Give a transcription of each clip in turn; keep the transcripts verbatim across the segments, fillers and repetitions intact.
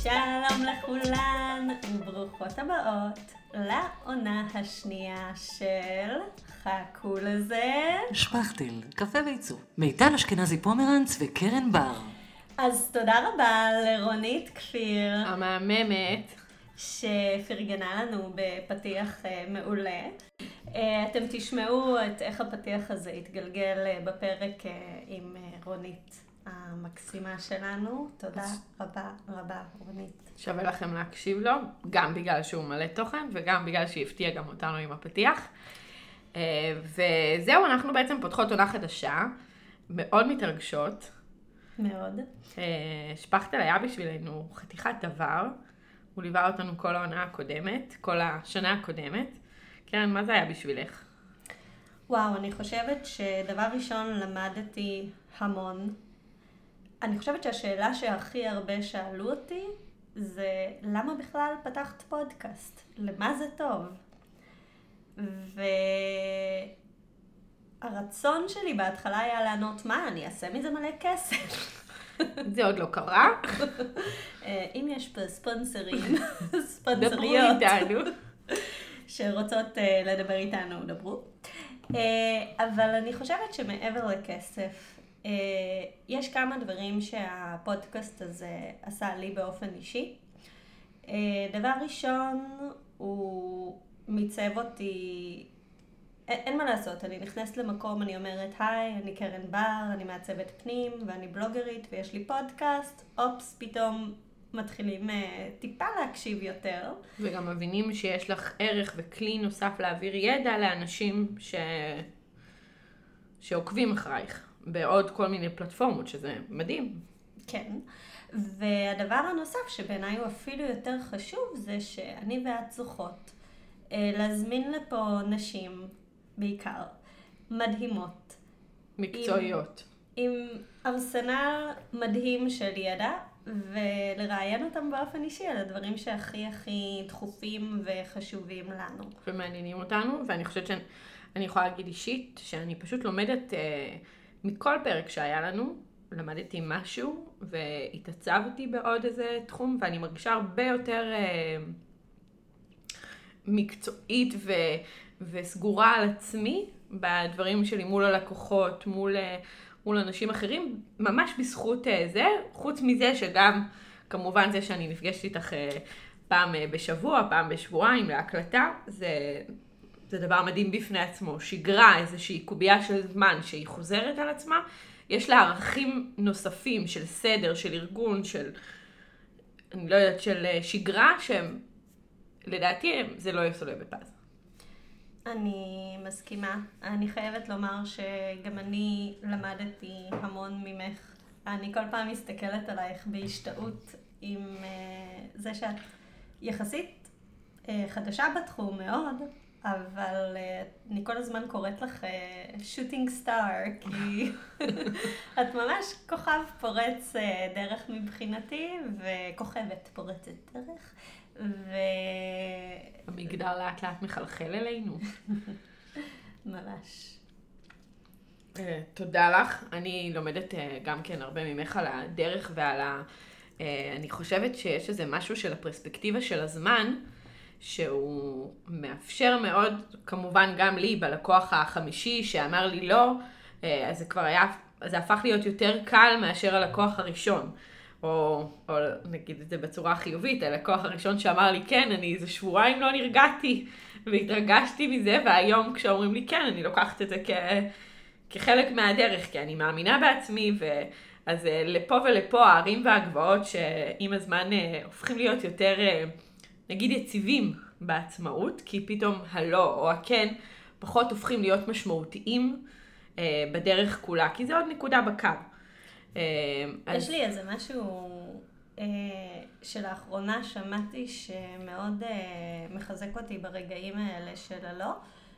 שלום לכולן וברוכות הבאות לעונה השנייה של חכו לזה שפכטל, קפה ועיצוב, מיטל אשכנזי פומרנץ וקרן בר. אז תודה רבה לרונית כפיר המהממת שפרגנה לנו בפתיח מעולה. אתם תשמעו את איך הפתיח הזה יתגלגל בפרק עם רונית המקסימה שלנו. תודה רבה רבה רונית. שווה לכם להקשיב לו, גם בגלל שהוא מלא תוכן וגם בגלל שהפתיע גם אותנו עם הפתיח. וזהו, אנחנו בעצם פותחות עונה חדשה, מאוד מתרגשות. מאוד. שפכטל היה בשבילנו חתיכת דבר, הוא ליווה אותנו כל העונה הקודמת, כל השנה הקודמת. קרן, מה זה היה בשבילך? וואו, אני חושבת שדבר ראשון למדתי המון. אני חושבת שהשאלה שהכי הרבה שאלו אותי זה למה בכלל פתחת פודקאסט? למה זה טוב? והרצון שלי בהתחלה היה לענות מה, אני אעשה מזה מלא כסף. זה עוד לא קרה. אם יש פה ספונסרים, ספונסריות שרוצות לדבר איתנו, דברו. אבל אני חושבת שמעבר לכסף, יש כמה דברים שהפודקאסט הזה עשה לי באופן אישי. דבר ראשון, הוא מיצב אותי, אין מה לעשות, אני נכנסת למקום, אני אומרת, היי, אני קרן בר, אני מעצבת פנים, ואני בלוגרית, ויש לי פודקאסט, אופס, פתאום מתחילים uh, טיפה להקשיב יותר. וגם מבינים שיש לך ערך וכלי נוסף להעביר ידע לאנשים ש... שעוקבים אחרייך, בעוד כל מיני פלטפורמות, שזה מדהים. כן, והדבר הנוסף שבעיניי הוא אפילו יותר חשוב, זה שאני ואת זוכות uh, להזמין לפה נשים, בעיקר, מדהימות. מקצועיות. עם, עם ארסנל מדהים של ידע, ולראיין אותם באופן אישי על הדברים שהכי הכי דחופים וחשובים לנו. ומעניינים אותנו, ואני חושבת שאני יכולה להגיד אישית, שאני פשוט לומדת אה, מכל פרק שהיה לנו, למדתי משהו, והתעצבתי בעוד איזה תחום, ואני מרגישה הרבה יותר אה, מקצועית ו... וסגורה על עצמי בדברים שלי מול הלקוחות, מול, מול אנשים אחרים, ממש בזכות זה, חוץ מזה שגם כמובן זה שאני נפגשת איתך פעם בשבוע, פעם בשבועיים להקלטה, זה, זה דבר מדהים בפני עצמו, שגרה, איזושהי קובייה של זמן שהיא חוזרת על עצמה, יש לה ערכים נוספים של סדר, של ארגון, של, אני לא יודעת, של שגרה, שהם, לדעתי זה לא יסולה בפז. אני מסכימה. אני חייבת לומר שגם אני למדתי המון ממך. אני כל פעם מסתכלת עלייך בהשתאות עם uh, זה שאת יחסית uh, חדשה בתחום מאוד, אבל uh, אני כל הזמן קוראת לך שוטינג uh, סטאר, כי את ממש כוכב פורץ uh, דרך מבחינתי, וכוכבת פורצת דרך. ו... המגדר לאט לאט מחלחל אלינו. ממש. תודה לך. אני לומדת גם כן הרבה ממך על הדרך ועל ה... אני חושבת שיש איזה משהו של הפרספקטיבה של הזמן, שהוא מאפשר מאוד, כמובן גם לי, בלקוח החמישי שאמר לי לא, אז זה כבר היה, זה הפך להיות יותר קל מאשר הלקוח הראשון. או, או נגיד את זה בצורה חיובית, הלקוח הראשון שאמר לי כן, אני איזה שבועיים לא נרגעתי והתרגשתי מזה, והיום כשאומרים לי כן, אני לוקחת את זה כ, כחלק מהדרך, כי אני מאמינה בעצמי, ואז לפה ולפה הערים והגבעות שעם הזמן הופכים להיות יותר, נגיד, יציבים בעצמאות, כי פתאום הלא או הכן פחות הופכים להיות משמעותיים בדרך כולה, כי זה עוד נקודה בקו. יש לי איזה משהו שלאחרונה שמעתי שמאוד מחזק אותי ברגעים האלה של הלא,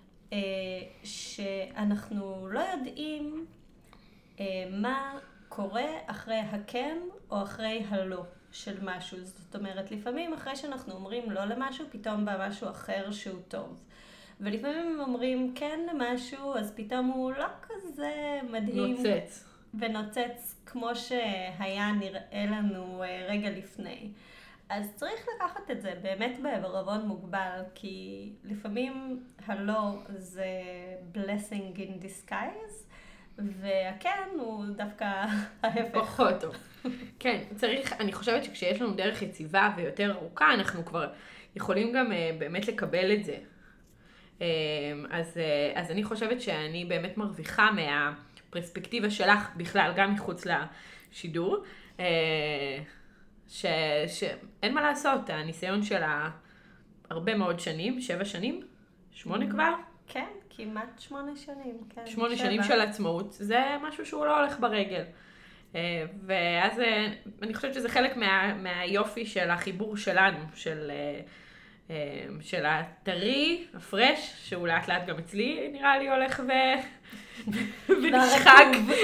שאנחנו לא יודעים מה קורה אחרי הכן או אחרי הלא של משהו. זאת אומרת, לפעמים אחרי שאנחנו אומרים לא למשהו, פתאום בא משהו אחר שהוא טוב. ולפעמים הם אומרים כן למשהו, אז פתאום הוא לא כזה מדהים. נוצץ. ונוצץ כמו שהיה נראה לנו רגע לפני. אז צריך לקחת את זה באמת בעברבון מוגבל, כי לפעמים הלא זה blessing in disguise, והכן הוא דווקא ההפך. פחות טוב. כן, צריך, אני חושבת שכשיש לנו דרך יציבה ויותר ארוכה, אנחנו כבר יכולים גם uh, באמת לקבל את זה. Uh, אז, uh, אז אני חושבת שאני באמת מרוויחה מהפרספקטיבה שלך בכלל, גם מחוץ לשידור. Uh, ש, שאין מה לעשות, הניסיון שלה הרבה מאוד שנים, שבע שנים, שמונה כבר. כן, כמעט שמונה שנים. כן, שמונה שבע. שנים של עצמאות, זה משהו שהוא לא הולך ברגל. ואז אני חושבת שזה חלק מה, מהיופי של החיבור שלנו, של, של הטרי, הפרש, שהוא לאט לאט גם אצלי נראה לי הולך ו... ונשחק.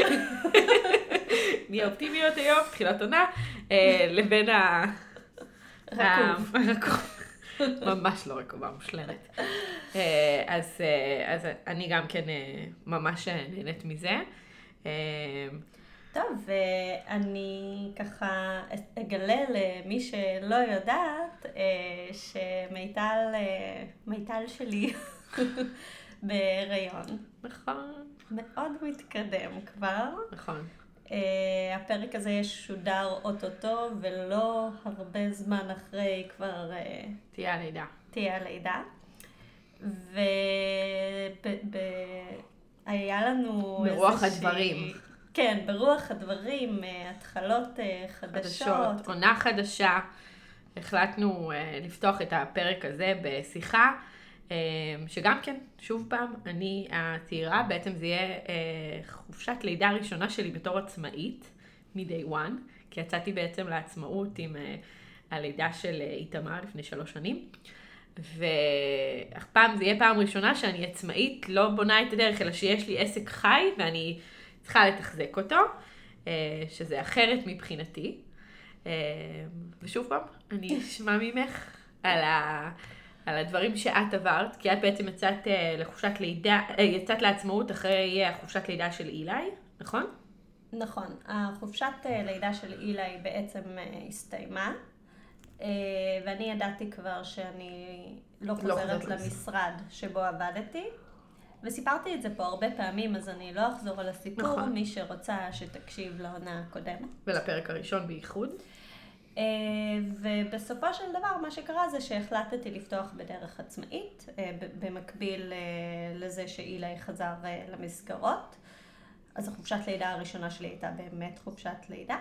נהיה אופטימיות היום, תחילת עונה, לבין ה... רקוב. הרקוב. ממש לא רקובה מושלמת. אז, אז אני גם כן ממש נהנית מזה. טוב, ואני ככה אגלה למי שלא יודעת, שמיטל, מיטל שלי בהיריון. נכון. מאוד מתקדם כבר. נכון. Uh, הפרק הזה ישודר אוטוטו, ולא הרבה זמן אחרי כבר uh, תהיה הלידה. תהיה הלידה. והיה לנו ברוח איזושהי... הדברים. כן, ברוח הדברים, uh, התחלות uh, חדשות. חדשות, עונה חדשה. החלטנו uh, לפתוח את הפרק הזה בשיחה. שגם כן, שוב פעם, אני הצעירה, בעצם זה יהיה חופשת לידה ראשונה שלי בתור עצמאית, מ-day one, כי יצאתי בעצם לעצמאות עם הלידה של איתמר לפני שלוש שנים, והפעם זה יהיה פעם ראשונה שאני עצמאית, לא בונה את הדרך, אלא שיש לי עסק חי ואני צריכה לתחזק אותו, שזה אחרת מבחינתי. ושוב פעם, אני אשמע ממך על ה... על הדברים שאת עברת, כי את בעצם יצאת לחופשת לידה, יצאת לעצמאות אחרי החופשת לידה של אילי, נכון? נכון. החופשת לידה של אילי בעצם הסתיימה, ואני ידעתי כבר שאני לא חוזרת לא למשרד שבו עבדתי, וסיפרתי את זה פה הרבה פעמים, אז אני לא אחזור על הסיפור, נכון. מי שרוצה שתקשיב לעונה הקודמת. ולפרק הראשון בייחוד. ובסופו של דבר מה שקרה זה שהחלטתי לפתוח בדרך עצמאית, במקביל לזה שאילי חזר למסגרות. אז החופשת לידה הראשונה שלי הייתה באמת חופשת לידה.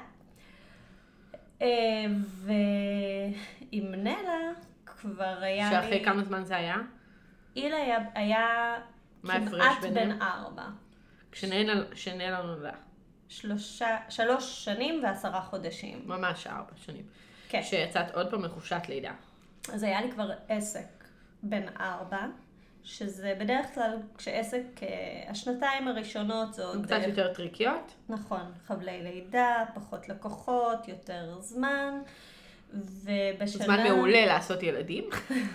ועם נלה כבר היה לי... שאחרי כמה זמן זה היה? אילי היה, היה כמעט בן ארבע. כשנלה נולדה. שלושה, שלוש שנים ועשרה חודשים. ממש ארבע שנים. כן. שיצאת עוד פעם מחופשת לידה. אז היה לי כבר עסק בן ארבע, שזה בדרך כלל כשעסק, השנתיים הראשונות זה עוד... קצת יותר טריקיות. נכון, חבלי לידה, פחות לקוחות, יותר זמן, ובשנה... זמן מעולה לעשות ילדים.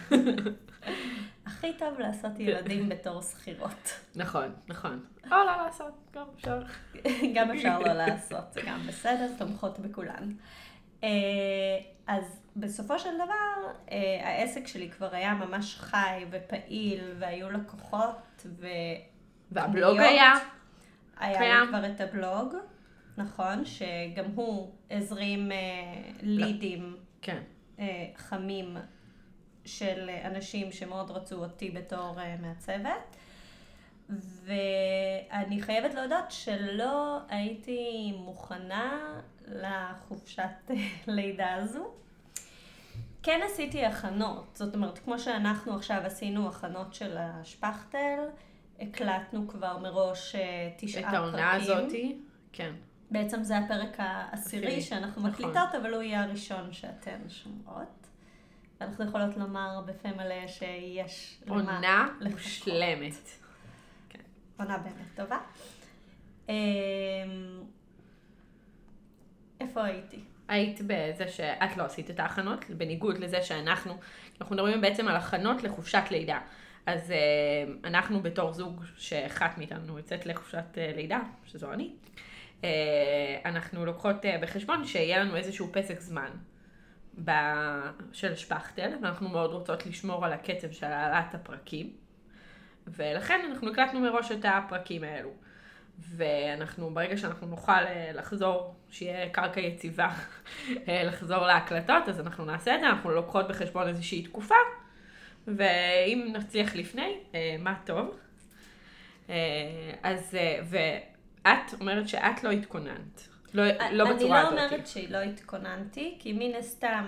הכי טוב לעשות ילדים בתור סחירות. נכון, נכון. או לא לעשות, גם אפשר. גם אפשר לא לעשות, זה גם בסדר, תומכות בכולן. אז בסופו של דבר, העסק שלי כבר היה ממש חי ופעיל, והיו לקוחות ו... והבלוג היה? היה לי כבר את הבלוג, נכון, שגם הוא הזרים לידים חמים של אנשים שמאוד רצו אותי בתור מעצבת. ואני חייבת להודות שלא הייתי מוכנה לחופשת לידה הזו. כן עשיתי הכנות, זאת אומרת, כמו שאנחנו עכשיו עשינו הכנות של השפכטל, הקלטנו כבר מראש תשעה פרקים. את העונה הזאתי, כן. בעצם זה הפרק העשירי שאנחנו נכון. מקליטות, אבל הוא יהיה הראשון שאתן שומעות. ואנחנו יכולות לומר בפה מלא שיש עונה מושלמת. כן. עונה באמת טובה. איפה הייתי? היית בזה שאת לא עשית את ההכנות, בניגוד לזה שאנחנו, אנחנו מדברים בעצם על הכנות לחופשת לידה. אז אנחנו בתור זוג שאחת מאיתנו יוצאת לחופשת לידה, שזו אני, אנחנו לוקחות בחשבון שיהיה לנו איזשהו פסק זמן. של שפכטל, ואנחנו מאוד רוצות לשמור על הקצב של העלאת הפרקים, ולכן אנחנו הקלטנו מראש את הפרקים האלו. ואנחנו, ברגע שאנחנו נוכל לחזור, שיהיה קרקע יציבה, לחזור להקלטות, אז אנחנו נעשה את זה, אנחנו לוקחות בחשבון איזושהי תקופה, ואם נצליח לפני, מה טוב. אז, ואת אומרת שאת לא התכוננת, לא, לא בצורה הזאת. אני לא אומרת שהיא לא התכוננתי, כי מן הסתם,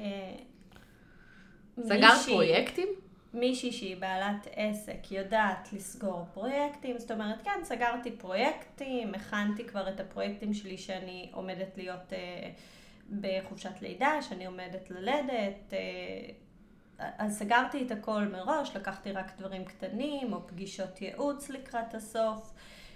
סגרת פרויקטים? מישהי שהיא בעלת עסק יודעת לסגור פרויקטים, זאת אומרת, כן, סגרתי פרויקטים, הכנתי כבר את הפרויקטים שלי שאני עומדת להיות אה, בחופשת לידה, שאני עומדת ללדת, אה, אז סגרתי את הכל מראש, לקחתי רק דברים קטנים או פגישות ייעוץ לקראת הסוף,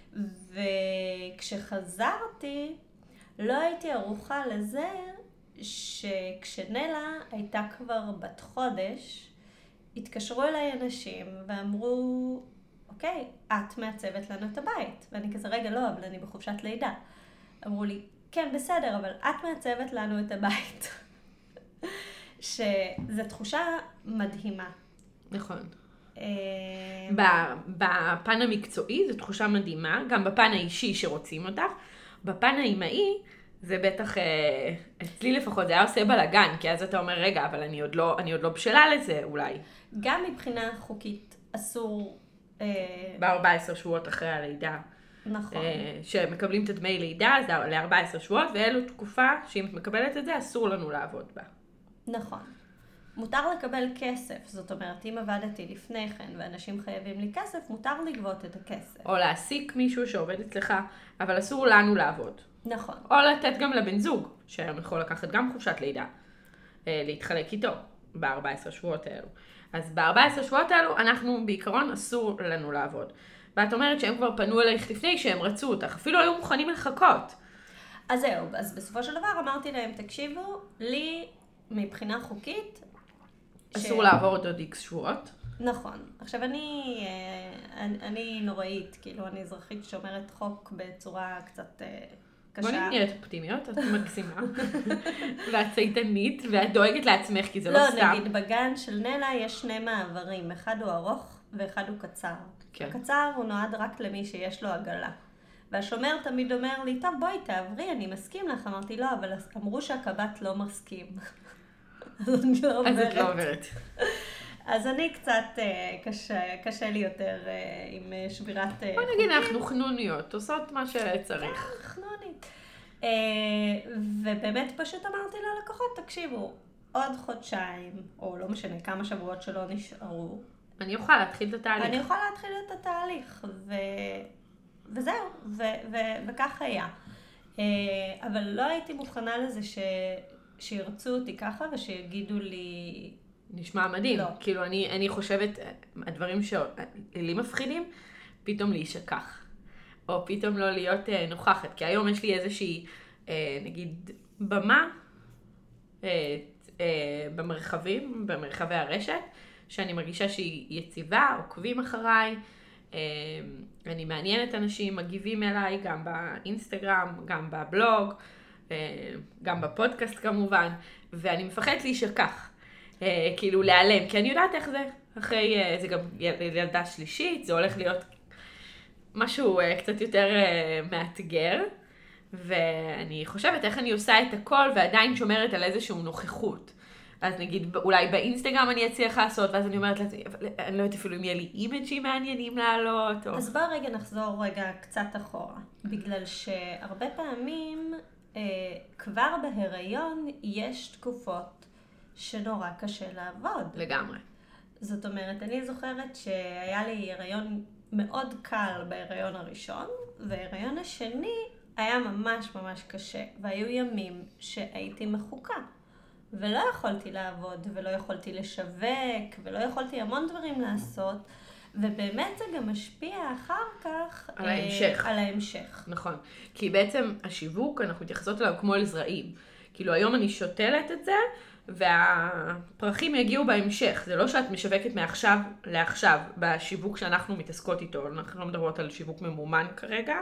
וכשחזרתי לא הייתי ערוכה לזה שכשנלה הייתה כבר בת חודש, התקשרו אליי אנשים ואמרו, אוקיי, את מעצבת לנו את הבית. ואני כזה, רגע, לא, אבל אני בחופשת לידה. אמרו לי, כן, בסדר, אבל את מעצבת לנו את הבית. שזו תחושה מדהימה. נכון. בפן המקצועי זו תחושה מדהימה, גם בפן האישי שרוצים אותך. בפן האימהי, זה בטח, אצלי לפחות, זה היה עושה בלגן, כי אז אתה אומר, רגע, אבל אני עוד לא, אני עוד לא בשלה לזה, אולי. גם מבחינה חוקית אסור... ב-ארבעה עשר שבועות אחרי הלידה. נכון. שמקבלים את דמי לידה, זה ל-ארבעה עשר שבועות, ואלו תקופה שאם את מקבלת את זה, אסור לנו לעבוד בה. נכון. מותר לקבל כסף, זאת אומרת, אם עבדתי לפני כן ואנשים חייבים לי כסף, מותר לגבות את הכסף. או להעסיק מישהו שעובד אצלך, אבל אסור לנו לעבוד. נכון. או לתת גם לבן זוג, שיכול לקחת גם חופשת לידה, להתחלק איתו ב-ארבעה עשר שבועות האלו. אז ב-ארבעה עשר שבועות האלו, אנחנו בעיקרון אסור לנו לעבוד. ואת אומרת שהם כבר פנו אלייך לפני שהם רצו אותך, אפילו היו מוכנים לחכות. אז זהו, אז בסופו של דבר אמרתי להם, תקשיבו, לי מבחינה חוקית, אסור ש... לעבור עוד איקס שבועות. נכון. עכשיו אני, אני, אני נוראית, כאילו אני אזרחית שאומרת חוק בצורה קצת קשה. בואי נראית אופטימיות, את מקסימה. ואת צייתנית, ואת דואגת לעצמך, כי זה לא, לא סתם. לא, נגיד בגן של נלה יש שני מעברים, אחד הוא ארוך ואחד הוא קצר. כן. הקצר הוא נועד רק למי שיש לו עגלה. והשומר תמיד אומר לי, טוב בואי תעברי, אני מסכים לך. אמרתי לא, אבל אמרו שהקב"ט לא מסכים. אז אני לא עוברת. אז את לא עוברת. אז אני קצת קשה, קשה לי יותר עם שבירת חוקים. בוא נגיד, אנחנו חנוניות, עושות מה שצריך. כן, חנונית. ובאמת פשוט אמרתי ללקוחות, תקשיבו, עוד חודשיים, או לא משנה, כמה שבועות שלא נשארו. אני אוכל להתחיל את התהליך. אני אוכל להתחיל את התהליך, ו... וזהו, ו... ו... וכך היה. אבל לא הייתי מוכנה לזה ש... שירצו אותי ככה ושיגידו לי... נשמע מדהים. לא. כאילו, אני, אני חושבת, הדברים שלי מפחידים, פתאום להישכח. או פתאום לא להיות אה, נוכחת. כי היום יש לי איזושהי, אה, נגיד, במה אה, אה, במרחבים, במרחבי הרשת, שאני מרגישה שהיא יציבה, עוקבים אחריי, אה, אני מעניינת אנשים, מגיבים אליי, גם באינסטגרם, גם בבלוג, אה, גם בפודקאסט כמובן, ואני מפחדת להישכח. אה, כאילו להיעלם, כי אני יודעת איך זה. אחרי, אה, זה גם ילדה שלישית, זה הולך להיות משהו uh, קצת יותר uh, מאתגר, ואני חושבת איך אני עושה את הכל ועדיין שומרת על איזשהו נוכחות. אז נגיד, אולי באינסטגרם אני אצליח לעשות, ואז אני אומרת, אני לא יודעת אפילו אם יהיה לי אימג'ים מעניינים לעלות. או... אז בוא רגע נחזור רגע קצת אחורה, בגלל שהרבה פעמים uh, כבר בהיריון יש תקופות שנורא קשה לעבוד. לגמרי. זאת אומרת, אני זוכרת שהיה לי הריון מאוד קל בהיריון הראשון, וההיריון השני היה ממש ממש קשה, והיו ימים שהייתי מחוקה, ולא יכולתי לעבוד, ולא יכולתי לשווק, ולא יכולתי המון דברים לעשות, ובאמת זה גם משפיע אחר כך על ההמשך. על ההמשך. נכון, כי בעצם השיווק, אנחנו מתייחסות אליו כמו אל זרעים. כאילו היום אני שותלת את זה, והפרחים יגיעו בהמשך. זה לא שאת משווקת מעכשיו לעכשיו בשיווק שאנחנו מתעסקות איתו. אנחנו לא מדברות על שיווק ממומן כרגע,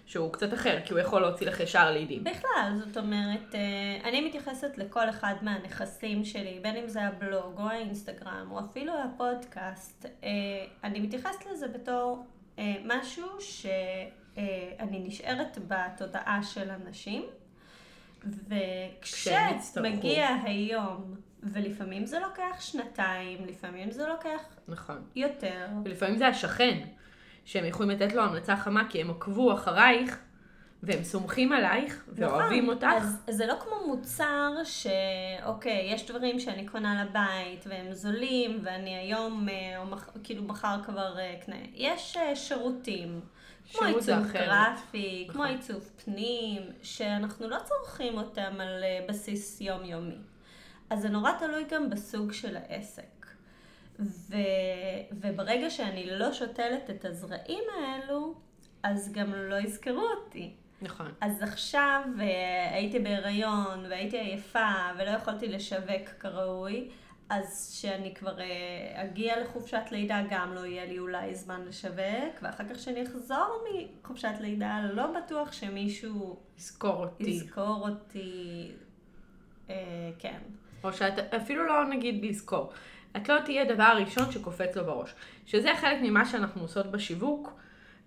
שהוא קצת אחר, כי הוא יכול להוציא לך ישר לידים. בכלל, זאת אומרת, אני מתייחסת לכל אחד מהנכסים שלי, בין אם זה הבלוג או האינסטגרם או אפילו הפודקאסט. אני מתייחסת לזה בתור משהו שאני נשארת בתודעה של אנשים, וכשמגיע היום, ולפעמים זה לוקח שנתיים, לפעמים זה לוקח נכון. יותר. ולפעמים זה השכן, שהם יכולים לתת לו המלצה חמה, כי הם עקבו אחרייך, והם סומכים עלייך, ואוהבים אותך. אז זה לא כמו מוצר שאוקיי, יש דברים שאני קונה לבית, והם זולים, ואני היום, או מח, כאילו מחר כבר קנה. יש שירותים, כמו עיצוב גרפי, כמו עיצוב פנים, שאנחנו לא צורכים אותם על בסיס יומיומי. אז זה נורא תלוי גם בסוג של העסק. ו... וברגע שאני לא שותלת את הזרעים האלו, אז גם לא יזכרו אותי. נכון. אז עכשיו הייתי בהיריון והייתי עייפה ולא יכולתי לשווק כראוי, אז שאני כבר אגיע לחופשת לידה גם לא יהיה לי אולי זמן לשווק, ואחר כך שאני אחזור מחופשת לידה לא בטוח שמישהו יזכור אותי. יזכור אותי, אה, כן. או שאת אפילו לא נגיד לזכור. את לא תהיה דבר הראשון שקופץ לו בראש. שזה חלק ממה שאנחנו עושות בשיווק,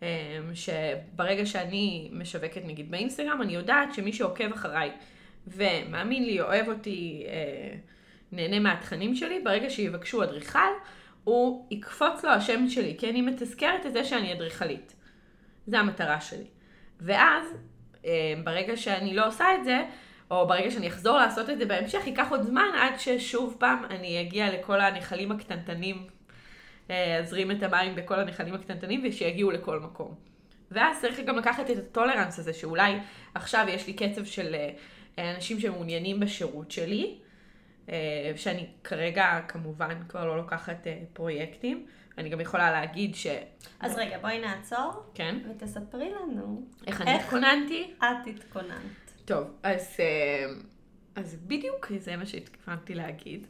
שברגע שאני משווקת נגיד באינסטגרם, אני יודעת שמי שעוקב אחריי ומאמין לי, אוהב אותי, נהנה מהתכנים שלי, ברגע שיבקשו אדריכל, הוא יקפוץ לו השם שלי, כי אני מתזכרת את זה שאני אדריכלית. זה המטרה שלי. ואז, ברגע שאני לא עושה את זה, או ברגע שאני אחזור לעשות את זה בהמשך, ייקח עוד זמן עד ששוב פעם אני אגיע לכל הנחלים הקטנטנים, אזרים את המים בכל הנחלים הקטנטנים ושיגיעו לכל מקום. ואז צריך גם לקחת את הטולרנס הזה, שאולי עכשיו יש לי קצב של אנשים שמעוניינים בשירות שלי, שאני כרגע כמובן כבר לא לוקחת פרויקטים. אני גם יכולה להגיד ש... אז רגע, בואי נעצור. כן. ותספרי לנו. איך אני התכוננתי? את התכוננת. טוב, אז, אז בדיוק זה מה שהתכוונתי להגיד.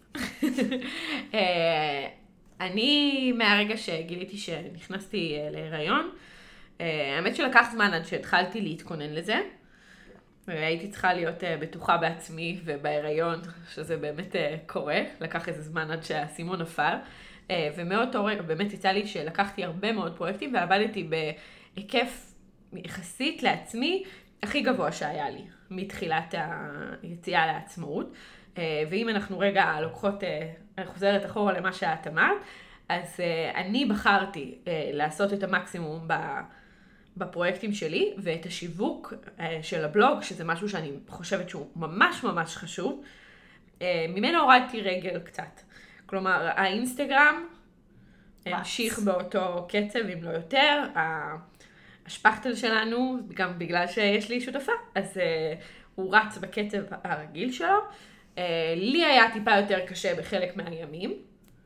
אני, מהרגע שגיליתי שנכנסתי להיריון, האמת שלקח זמן עד שהתחלתי להתכונן לזה. הייתי צריכה להיות בטוחה בעצמי ובהיריון, שזה באמת קורה. לקח איזה זמן עד שהסימון נפל. ומאותו רגע באמת יצא לי שלקחתי הרבה מאוד פרויקטים, ועבדתי בהיקף יחסית לעצמי הכי גבוה שהיה לי, מתחילת היציאה לעצמאות. ואם אנחנו רגע לוקחות, חוזרת אחורה למה שאת אמרת, אז אני בחרתי לעשות את המקסימום בפרויקטים שלי, ואת השיווק של הבלוג, שזה משהו שאני חושבת שהוא ממש ממש חשוב, ממנו הורדתי רגל קצת. כלומר, האינסטגרם המשיך באותו קצב, אם לא יותר. השפכטל שלנו, גם בגלל שיש לי שותפה, אז הוא רץ בקצב הרגיל שלו. לי היה טיפה יותר קשה בחלק מהימים,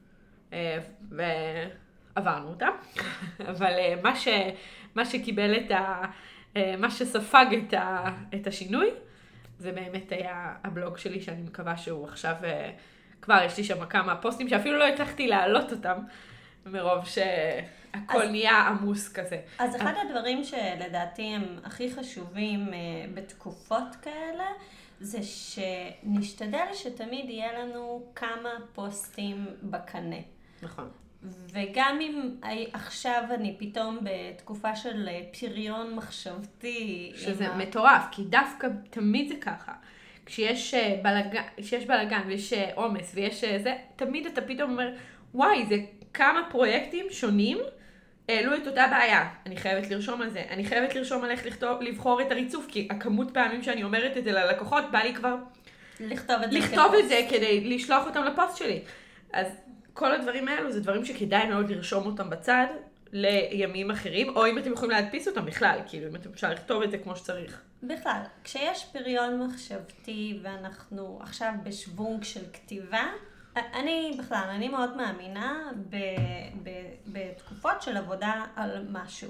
ועברנו אותם. אבל מה ש, מה שקיבל את ה, מה שספג את ה, את השינוי, זה באמת היה הבלוג שלי, שאני מקווה שהוא עכשיו, כבר יש לי שם כמה פוסטים שאפילו לא הצלחתי להעלות אותם, מרוב שהכל אז, נהיה עמוס כזה. אז אחד הדברים שלדעתי הם הכי חשובים בתקופות כאלה, זה שנשתדל שתמיד יהיה לנו כמה פוסטים בקנה. נכון. וגם אם עכשיו אני פתאום בתקופה של פריון מחשבתי. שזה מטורף, כי דווקא תמיד זה ככה. כשיש בלגן, כשיש בלגן ויש עומס ויש זה, תמיד אתה פתאום אומר, וואי, זה כמה פרויקטים שונים העלו את אותה בעיה. אני חייבת לרשום על זה. אני חייבת לרשום על איך לכתוב, לבחור את הריצוף, כי הכמות פעמים שאני אומרת את זה ללקוחות, בא לי כבר לכתוב את זה, לכתוב את זה כדי לשלוח אותם לפוסט שלי. אז כל הדברים האלו זה דברים שכדאי מאוד לרשום אותם בצד לימים אחרים, או אם אתם יכולים להדפיס אותם בכלל, כאילו אם אתם אפשר לכתוב את זה כמו שצריך. בכלל, כשיש פריון מחשבתי ואנחנו עכשיו בשוונג של כתיבה, אני בכלל, אני מאוד מאמינה ב, ב, בתקופות של עבודה על משהו.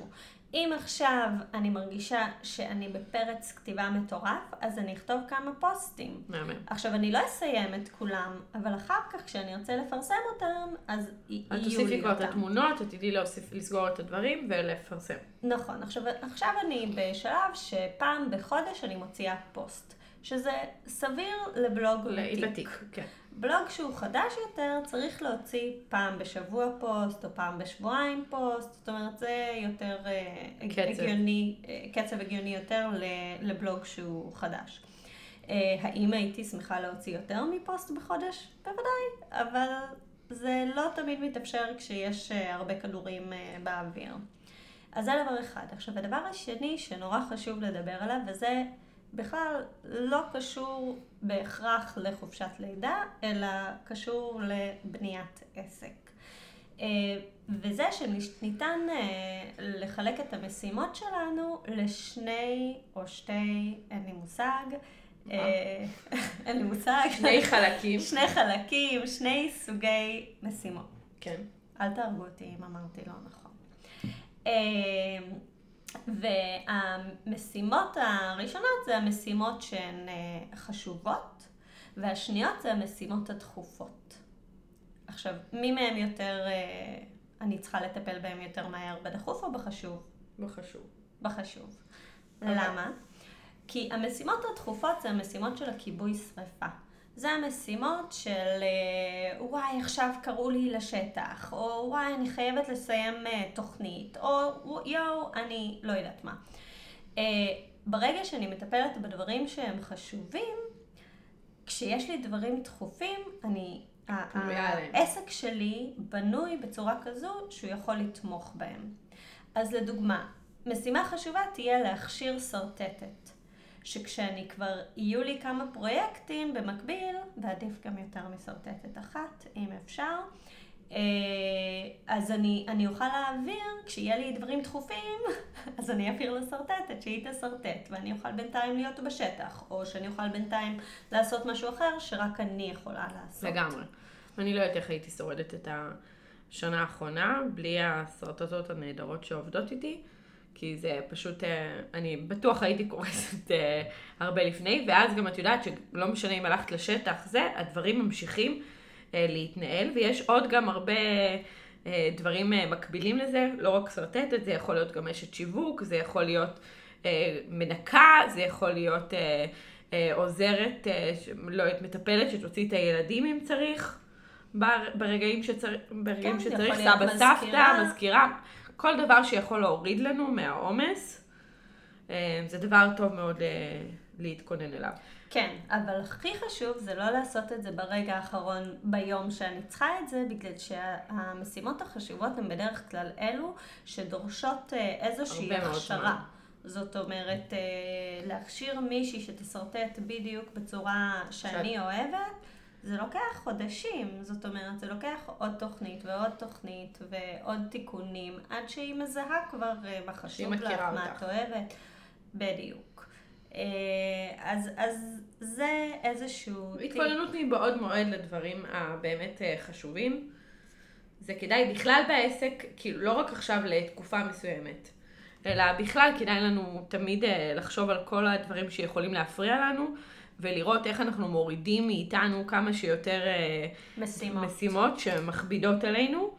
אם עכשיו אני מרגישה שאני בפרץ כתיבה מטורף, אז אני אכתוב כמה פוסטים. מאמן. עכשיו, אני לא אסיים את כולם, אבל אחר כך, כשאני ארצה לפרסם אותם, אז יהיו לי אותם. את תוסיפי כבר את התמונות, את תדעי להוסיף, לסגור את הדברים ולפרסם. נכון. עכשיו, עכשיו אני בשלב שפעם בחודש אני מוציאה פוסט, שזה סביר לבלוג ותיק. ותיק, כן. בלוג שהוא חדש יותר צריך להוציא פעם בשבוע פוסט או פעם בשבועיים פוסט, זאת אומרת זה יותר קצב. הגיוני, קצב הגיוני יותר לבלוג שהוא חדש. האם הייתי שמחה להוציא יותר מפוסט בחודש? בוודאי, אבל זה לא תמיד מתאפשר כשיש הרבה כדורים באוויר. אז זה דבר אחד. עכשיו הדבר השני שנורא חשוב לדבר עליו, וזה בכלל לא קשור בהכרח לחופשת לידה, אלא קשור לבניית עסק. וזה שניתן לחלק את המשימות שלנו לשני או שתי, אין לי מושג, אין לי מושג. שני חלקים. שני חלקים, שני סוגי משימות. כן. אל תהרגו אותי אם אמרתי לא נכון. והמשימות הראשונות זה המשימות שהן חשובות, והשניות זה המשימות הדחופות. עכשיו, מי מהם יותר, אני צריכה לטפל בהם יותר מהר, בדחוף או בחשוב? בחשוב. בחשוב. למה? כי המשימות הדחופות זה המשימות של הכיבוי שריפה. זה המשימות של וואי, עכשיו קראו לי לשטח, או וואי, אני חייבת לסיים תוכנית, או יואו, אני לא יודעת מה. ברגע שאני מטפלת בדברים שהם חשובים, כשיש לי דברים דחופים, אני, העסק שלי בנוי בצורה כזו שהוא יכול לתמוך בהם. אז לדוגמה, משימה חשובה תהיה להכשיר סרטטת. שכשאני כבר יהיו לי כמה פרויקטים במקביל, ועדיף גם יותר מסרטטת אחת, אם אפשר, אז אני, אני אוכל להעביר, כשיהיה לי דברים דחופים, אז אני אעביר לסרטטת, שהיא תסרטט, ואני אוכל בינתיים להיות בשטח, או שאני אוכל בינתיים לעשות משהו אחר, שרק אני יכולה לעשות. לגמרי. אני לא יודעת איך הייתי שורדת את השנה האחרונה, בלי הסרטטות הנהדרות שעובדות איתי, כי זה פשוט, אני בטוח הייתי קורסת הרבה לפני, ואז גם את יודעת שלא משנה אם הלכת לשטח, זה, הדברים ממשיכים להתנהל, ויש עוד גם הרבה דברים מקבילים לזה, לא רק סרטטת, זה יכול להיות גם אשת שיווק, זה יכול להיות מנקה, זה יכול להיות עוזרת, לא יודעת, מטפלת שתוציא את הילדים אם צריך, ברגעים שצריך, ברגעים שצריך, סבא, סבתא, מזכירה. כל דבר שיכול להוריד לנו מהעומס, זה דבר טוב מאוד להתכונן אליו. כן, אבל הכי חשוב זה לא לעשות את זה ברגע האחרון ביום שאני צריכה את זה, בגלל שהמשימות החשובות הן בדרך כלל אלו שדורשות איזושהי הכשרה. זאת אומרת, להכשיר מישהי שתסרטט בדיוק בצורה שאני אוהבת, זה לוקח חודשים, זאת אומרת, זה לוקח עוד תוכנית ועוד תוכנית ועוד תיקונים, עד שהיא מזהה כבר מה חשוב לך, מה את אוהבת. בדיוק. אז, אז זה איזשהו... התכוננות מבעוד מועד לדברים הבאמת חשובים. זה כדאי בכלל בעסק, כאילו לא רק עכשיו לתקופה מסוימת, אלא בכלל כדאי לנו תמיד לחשוב על כל הדברים שיכולים להפריע לנו, ולראות איך אנחנו מורידים מאיתנו כמה שיותר משימות, משימות שמכבידות עלינו.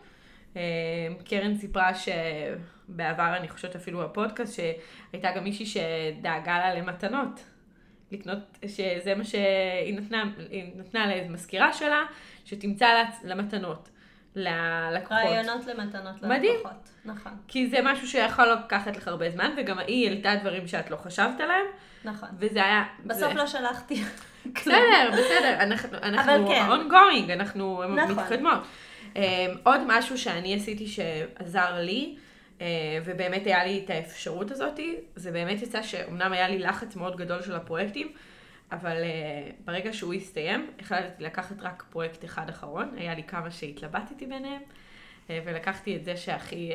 קרן סיפרה שבעבר, אני חושבת אפילו בפודקאסט, שהייתה גם מישהי שדאגה לה למתנות. לקנות, שזה מה שהיא נתנה, היא נתנה למזכירה שלה, שתמצא לה למתנות, ללקוחות. רעיונות למתנות מדהים. ללקוחות, נכון. כי זה משהו שיכול לקחת לך הרבה זמן, וגם היא העלתה דברים שאת לא חשבת עליהם. נכון. וזה היה... בסוף לא שלחתי. בסדר, בסדר. אנחנו ongoing, אנחנו מתקדמות. עוד משהו שאני עשיתי שעזר לי, ובאמת היה לי את האפשרות הזאת, זה באמת יצא שאומנם היה לי לחץ מאוד גדול של הפרויקטים, אבל ברגע שהוא הסתיים, החלטתי לקחת רק פרויקט אחד אחרון, היה לי כמה שהתלבטתי ביניהם, ולקחתי את זה שהכי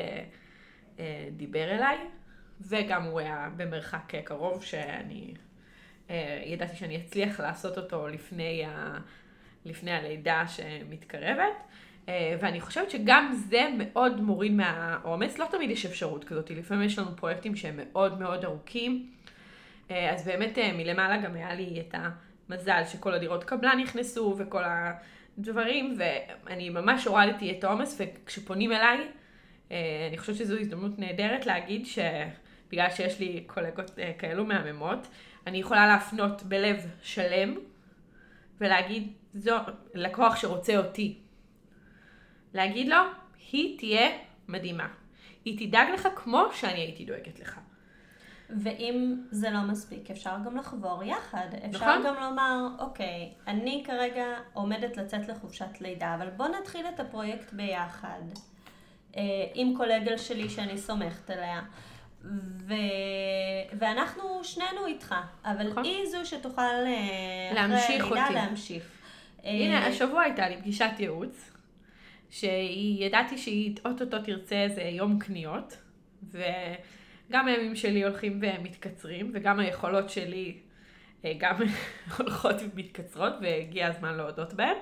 דיבר אליי, וגם הוא היה במרחק קרוב שאני ידעתי שאני אצליח לעשות אותו לפני, ה, לפני הלידה שמתקרבת. ואני חושבת שגם זה מאוד מוריד מהעומס, לא תמיד יש אפשרות כזאת, לפעמים יש לנו פרויקטים שהם מאוד מאוד ארוכים, אז באמת מלמעלה גם היה לי את המזל שכל הדירות קבלן נכנסו וכל הדברים, ואני ממש הורדתי את העומס, וכשפונים אליי, אני חושבת שזו הזדמנות נהדרת להגיד שבגלל שיש לי קולגות כאלו מהממות, אני יכולה להפנות בלב שלם ולהגיד, זו לקוח שרוצה אותי. להגיד לו, היא תהיה מדהימה. היא תדאג לך כמו שאני הייתי דואגת לך. ואם זה לא מספיק, אפשר גם לחבור יחד. אפשר נכון? גם לומר, אוקיי, אני כרגע עומדת לצאת לחופשת לידה, אבל בוא נתחיל את הפרויקט ביחד. עם קולגה שלי שאני סומכת עליה. ו... ואנחנו שנינו איתך, אבל נכון. היא זו שתוכל להמשיך אחרי אותי. להמשיך. הנה, השבוע הייתה לי פגישת ייעוץ, שהיא ידעתי שהיא אוטוטו תרצה איזה יום קניות, וגם הימים שלי הולכים ומתקצרים, וגם היכולות שלי גם הולכות ומתקצרות, והגיע הזמן להודות בהם.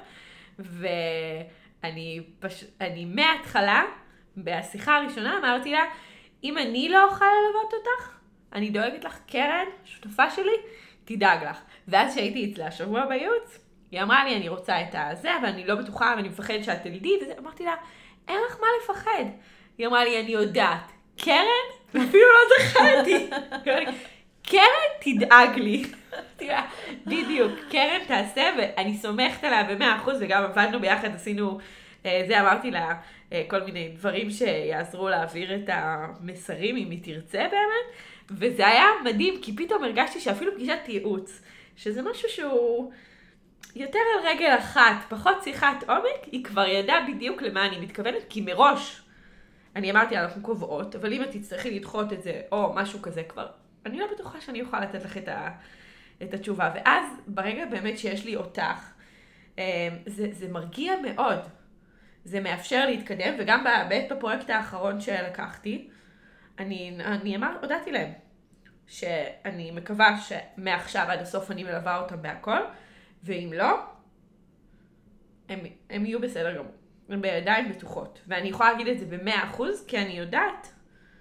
ואני פש... אני מההתחלה, בשיחה הראשונה אמרתי לה, אם אני לא אוכל ללוות אותך, אני דואגת לך, קרן, שותפה שלי, תדאג לך. ואז שהייתי אצלה השבוע בייעוץ, היא אמרה לי, אני רוצה את הזה, אבל אני לא בטוחה, ואני מפחדת שאת תלדי, וזה, אמרתי לה, אין לך מה לפחד. היא אמרה לי, אני יודעת, קרן, אפילו לא זכרתי. קרן תדאג לי. בדיוק, קרן תעשה, ואני סומכת עליה במאה אחוז, וגם עבדנו ביחד, עשינו, זה אמרתי לה, כל מיני דברים שיעזרו להעביר את המסרים, אם היא תרצה באמת, וזה היה מדהים, כי פתאום הרגשתי שאפילו פגישת ייעוץ, שזה משהו שהוא יותר על רגל אחת, פחות שיחת עומק, היא כבר ידעה בדיוק למה אני מתכוונת, כי מראש, אני אמרתי, אנחנו קובעות, אבל אם את תצטרכי לדחות את זה, או משהו כזה כבר, אני לא בטוחה שאני אוכל לתת לך את, ה, את התשובה. ואז ברגע באמת שיש לי אותך, זה, זה מרגיע מאוד. זה מאפשר להתקדם, וגם בעת בפרויקט האחרון שלקחתי, אני, אני אמר, הודעתי להם, שאני מקווה שמעכשיו עד הסוף אני מלווה אותם בהכל, ואם לא, הם, הם יהיו בסדר גמור. הם בידיים בטוחות. ואני יכולה להגיד את זה במאה אחוז, כי אני יודעת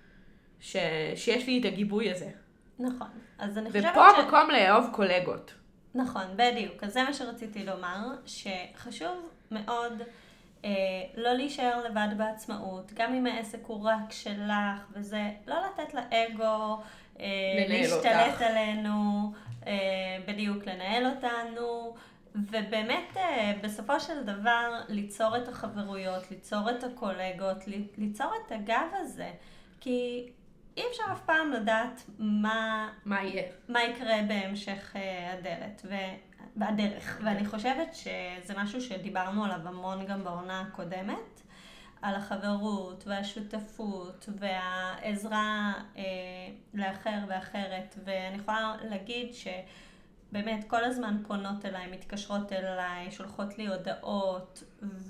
ש, שיש לי את הגיבוי הזה. נכון. אז אני חושבת ופה ש... מקום לאהוב קולגות. נכון, בדיוק. אז זה מה שרציתי לומר, שחשוב מאוד אה, לא להישאר לבד בעצמאות, גם אם העסק הוא רק שלך, וזה לא לתת לאגו, אה, להשתלט אותך. עלינו, אה, בדיוק לנהל אותנו, ובאמת אה, בסופו של דבר ליצור את החברויות, ליצור את הקולגות, ליצור את הגב הזה, כי אי אפשר אף פעם לדעת מה, מה יהיה. מה יקרה בהמשך הדלת והדרך. ואני חושבת שזה משהו שדיברנו עליו המון גם בעונה הקודמת, על החברות והשותפות והעזרה אה, לאחר ואחרת. ואני יכולה להגיד שבאמת כל הזמן פונות אליי, מתקשרות אליי, שולחות לי הודעות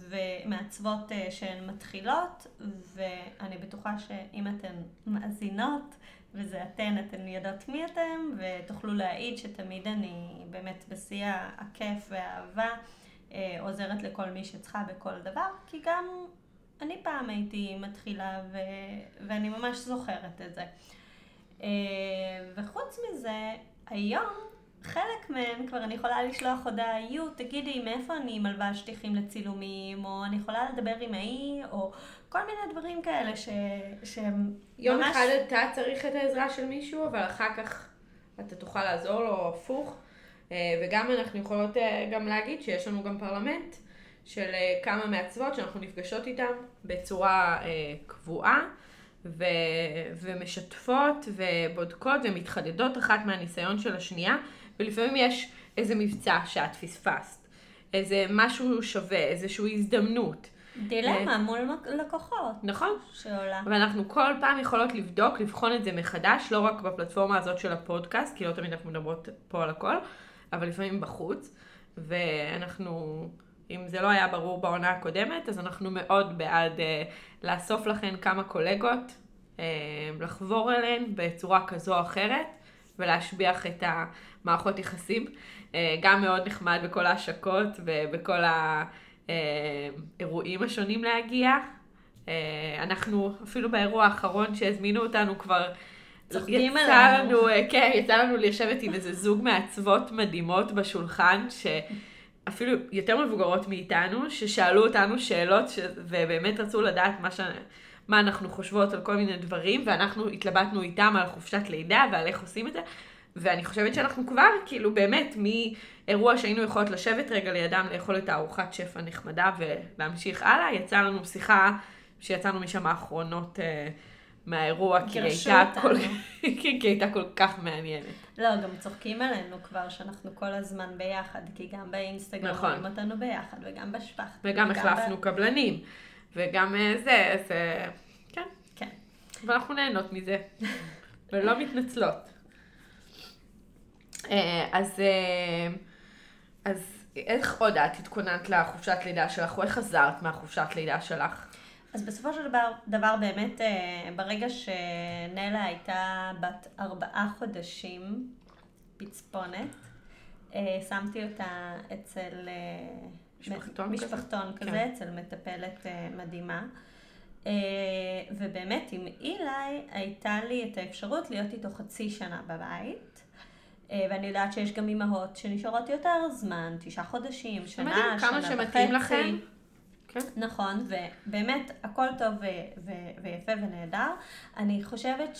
ומעצבות אה, שהן מתחילות, ואני בטוחה שאם אתן מאזינות, וזה אתן, אתן יודעות מי אתם, ותוכלו להעיד שתמיד אני באמת בשיא הכיף והאהבה, אה, עוזרת לכל מי שצריכה בכל דבר, כי גם אני פעם הייתי מתחילה, ו... ואני ממש זוכרת את זה. אה, וחוץ מזה, היום, חלק מהן כבר אני יכולה לשלוח הודעה, יו, תגידי מאיפה אני מלווה שטיחים לצילומים, או אני יכולה לדבר עם האי, או כל מיני דברים כאלה ש... שהם יום ממש... אחד אתה צריך את העזרה של מישהו, אבל אחר כך אתה תוכל לעזור לו הפוך. וגם אנחנו יכולות גם להגיד שיש לנו גם פרלמנט של כמה מעצבות שאנחנו נפגשות איתם בצורה קבועה, ו... ומשתפות ובודקות ומתחדדות אחת מהניסיון של השנייה, ולפעמים יש איזה מבצע שאת פספסת, איזה משהו שווה, איזושהי הזדמנות. דילמה מול לקוחות. נכון. שעולה. ואנחנו כל פעם יכולות לבדוק, לבחון את זה מחדש, לא רק בפלטפורמה הזאת של הפודקאסט, כי לא תמיד אנחנו מדברות פה על הכל, אבל לפעמים בחוץ. ואנחנו, אם זה לא היה ברור בעונה הקודמת, אז אנחנו מאוד בעד אה, לאסוף לכן כמה קולגות, אה, לחבור אליהן בצורה כזו או אחרת, ולהשביח את המערכות יחסים. אה, גם מאוד נחמד בכל ההשקות ובכל ה... האירועים השונים להגיע. אנחנו, אפילו באירוע האחרון שהזמינו אותנו כבר, צוחקים יצא עלינו. לנו, כן, יצא לנו לשבת עם איזה זוג מעצבות מדהימות בשולחן, שאפילו יותר מבוגרות מאיתנו, ששאלו אותנו שאלות, ש... ובאמת רצו לדעת מה, ש... מה אנחנו חושבות על כל מיני דברים, ואנחנו התלבטנו איתם על חופשת לידה ועל איך עושים את זה, ואני חושבת שאנחנו כבר, כאילו באמת, מאירוע שהיינו יכולות לשבת רגע לידם, לאכול את הארוחת שפע נחמדה ולהמשיך הלאה, יצא לנו שיחה שיצאנו משם האחרונות מהאירוע, כי היא הייתה כל... כי הייתה כל כך מעניינת. לא, גם צוחקים עלינו כבר שאנחנו כל הזמן ביחד, כי גם באינסטגרם נכון. רואים אותנו ביחד, וגם בשפחת. וגם החלפנו ב... קבלנים, וגם זה, אז כן. כן. ואנחנו נהנות מזה, ולא מתנצלות. אז, אז איך עוד את התכוננת לחופשת לידה שלך, או איך חזרת מהחופשת לידה שלך? אז בסופו של דבר, דבר באמת, ברגע שנלה הייתה בת ארבעה חודשים, פצפונת, שמתי אותה אצל משפחתון, משפחתון כזה, כזה, כן. אצל מטפלת מדהימה. ובאמת עם אילי הייתה לי את האפשרות להיות איתו חצי שנה בבית. ואני יודעת שיש גם אמהות שנשארות יותר זמן, תשעה חודשים, שנה, שנה וחצי. כמה שמתאים לכם. כן. נכון, ובאמת הכל טוב ו- ו- ויפה ונהדר. אני חושבת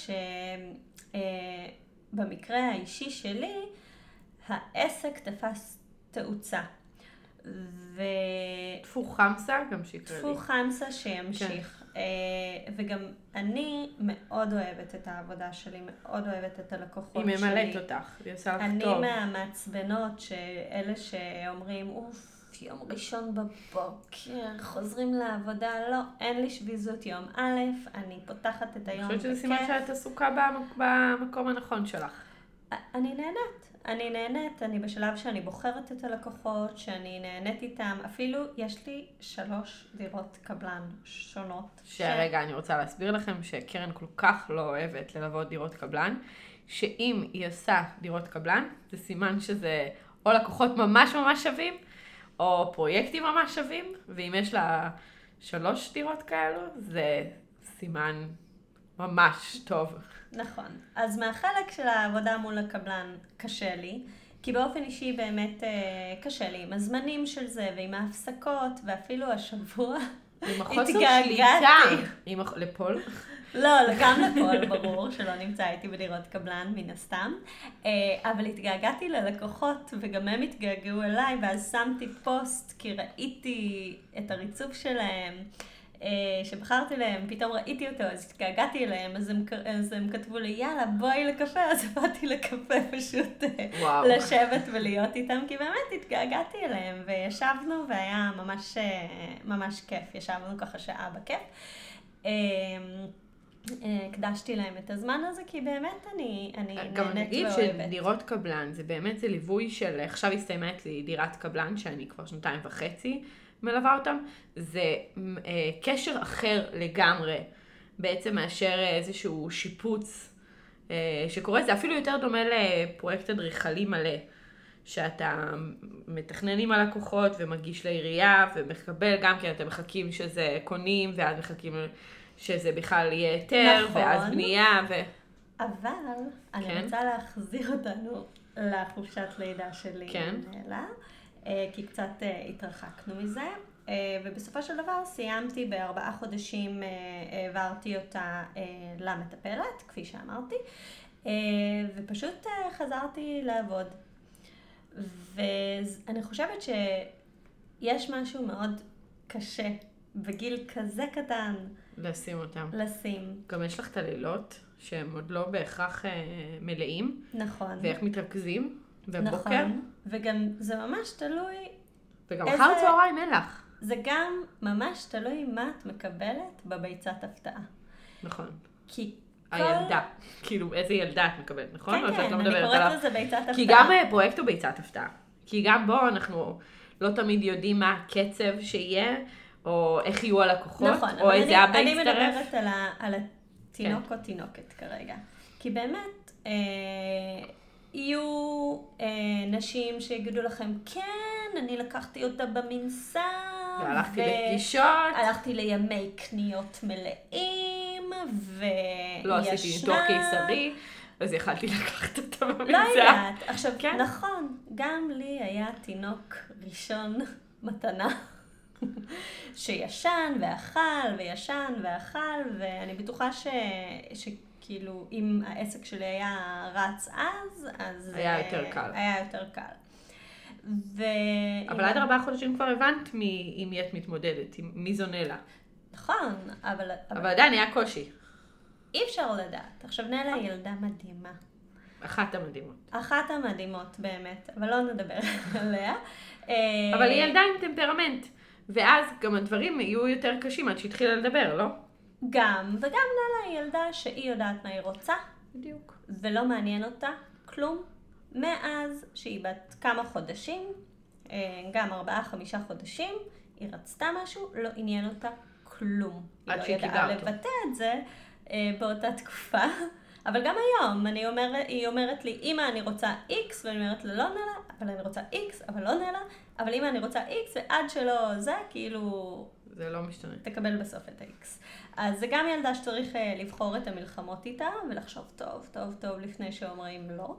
שבמקרה האישי שלי, העסק תפס תאוצה. ו... תפו חמסה גם שיקרה לי. תפו חמסה שימשיך. כן. וגם אני מאוד אוהבת את העבודה שלי, מאוד אוהבת את הלקוחות שלי. היא ממלאת אותך, היא עושה לך אני טוב. אני מהמעצבנות שאלה שאומרים, אוף, יום ראשון בבוקר, חוזרים לעבודה, לא, אין לי שביזות יום א', אני פותחת את היום בכיף. אני חושבת שזה סימן שאת עסוקה במקום הנכון שלך. אני נהנית, אני נהנית, אני בשלב שאני בוחרת את הלקוחות, שאני נהנית איתם, אפילו יש לי שלוש דירות קבלן שונות. שרגע, ש... אני רוצה להסביר לכם שקרן כל כך לא אוהבת ללוות דירות קבלן, שאם היא עושה דירות קבלן, זה סימן שזה או לקוחות ממש ממש שווים, או פרויקטים ממש שווים, ואם יש לה שלוש דירות כאלו, זה סימן ממש טוב. נכון. אז מהחלק של העבודה מול הקבלן קשה לי, כי באופן אישי באמת אה, קשה לי עם הזמנים של זה, ועם ההפסקות, ואפילו השבוע עם החוסר שליטה. עם הח... לפול? לא, גם לפול, ברור, שלא נמצא איתי בדירות קבלן, מן הסתם. אבל התגעגעתי ללקוחות, וגם הם התגעגעו אליי, ואז שמתי פוסט, כי ראיתי את הריצוף שלהם, שבחרתי להם, פתאום ראיתי אותו, אז התגעגעתי אליהם, אז הם, אז הם כתבו לי, יאללה, בואי לקפה, אז באתי לקפה פשוט וואו. לשבת ולהיות איתם, כי באמת התגעגעתי אליהם, וישבנו, והיה ממש, ממש כיף, ישבנו ככה שעה בכיף. הקדשתי להם את הזמן הזה, כי באמת אני, אני נהנית ואוהבת. גם נגיד שדירות קבלן, זה באמת זה ליווי של, עכשיו הסתיימת לי דירת קבלן, שאני כבר שנתיים וחצי מלווה אותם, זה אה, קשר אחר לגמרי, בעצם מאשר איזשהו שיפוץ אה, שקורה, זה אפילו יותר דומה לפרויקט אדריכלי מלא, שאתה מתכנן עם הלקוחות ומגיש לעירייה, ומקבל גם כי אתם מחכים שזה קונים, ואז מחכים שזה בכלל יהיה היתר, נכון. ואז בנייה. ו... אבל אני כן. רוצה להחזיר אותנו לחופשת לידה שלי. כן. נהלה, כי קצת התרחקנו מזה. ובסופו של דבר סיימתי בארבעה חודשים, העברתי אותה למטפלת, כפי שאמרתי, ופשוט חזרתי לעבוד. ואני חושבת שיש משהו מאוד קשה בגיל כזה קטן. לשים אותם. לשים. גם יש לך את הלילות שהם עוד לא בהכרח אה, מלאים. נכון. ואיך מתרכזים בבוקר. נכון. וגם זה ממש תלוי. וגם איזה... אחר צהריים אין לך. זה גם ממש תלוי מה את מקבלת בביצת הפתעה. נכון. כי הילדה. כאילו איזה ילדה את מקבלת, נכון? כן, כן, לא אני קוראת עליו... לזה ביצת הפתעה. כי גם פרויקט הוא ביצת הפתעה. כי גם בו אנחנו לא תמיד יודעים מה הקצב שיהיה, או איך יהיו הלקוחות, נכון, או איזה אבא יצטרף. אני מדברת על, ה, על התינוק כן. או תינוקת כרגע. כי באמת, אה, יהיו אה, נשים שיגידו לכם, כן, אני לקחתי אותה במנסה. והלכתי ו- לפגישות. הלכתי לימי קניות מלאים, וישנה. לא עשיתי ניתוח קיסרי, אז יכלתי לקחת אותה במיצה. לא יודעת. עכשיו, כן. נכון, גם לי היה תינוק ראשון מתנה, שישן ואכל, וישן ואכל, ואני בטוחה ש... שכאילו, אם העסק שלי היה רץ אז, אז... היה יותר קל. היה יותר קל. ו... אבל עד ארבעה חודשים כבר הבנת מי, עם מי את מתמודדת, עם מי זו נלה. נכון, אבל... אבל עדיין היה קושי. אי אפשר לדעת. עכשיו, נלה היא ילדה מדהימה. אחת המדהימות. אחת המדהימות באמת, אבל לא נדבר עליה. אבל היא ילדה עם טמפרמנט. ואז גם הדברים יהיו יותר קשים עד שהתחילה לדבר, לא? גם, וגם נלה היא ילדה שהיא יודעת מה היא רוצה, בדיוק. ולא מעניין אותה כלום. מאז שהיא בת כמה חודשים, גם ארבעה, חמישה חודשים, היא רצתה משהו, לא עניין אותה כלום. עד היא שהיא לא ידעה קיבלה אותו. לבטא את זה באותה תקופה. אבל גם היום, אני אומרת, היא אומרת לי, אמא, אני רוצה X, ואני אומרת לה, לא נלה, אבל אני רוצה X, אבל לא נלה, אבל אמא, אני רוצה X, ועד שלא זה, כאילו, זה לא משתנה. תקבל בסוף את ה-X. אז זה גם ילדה שצריך לבחור את המלחמות איתה, ולחשוב טוב, טוב, טוב, לפני שאומרים לא.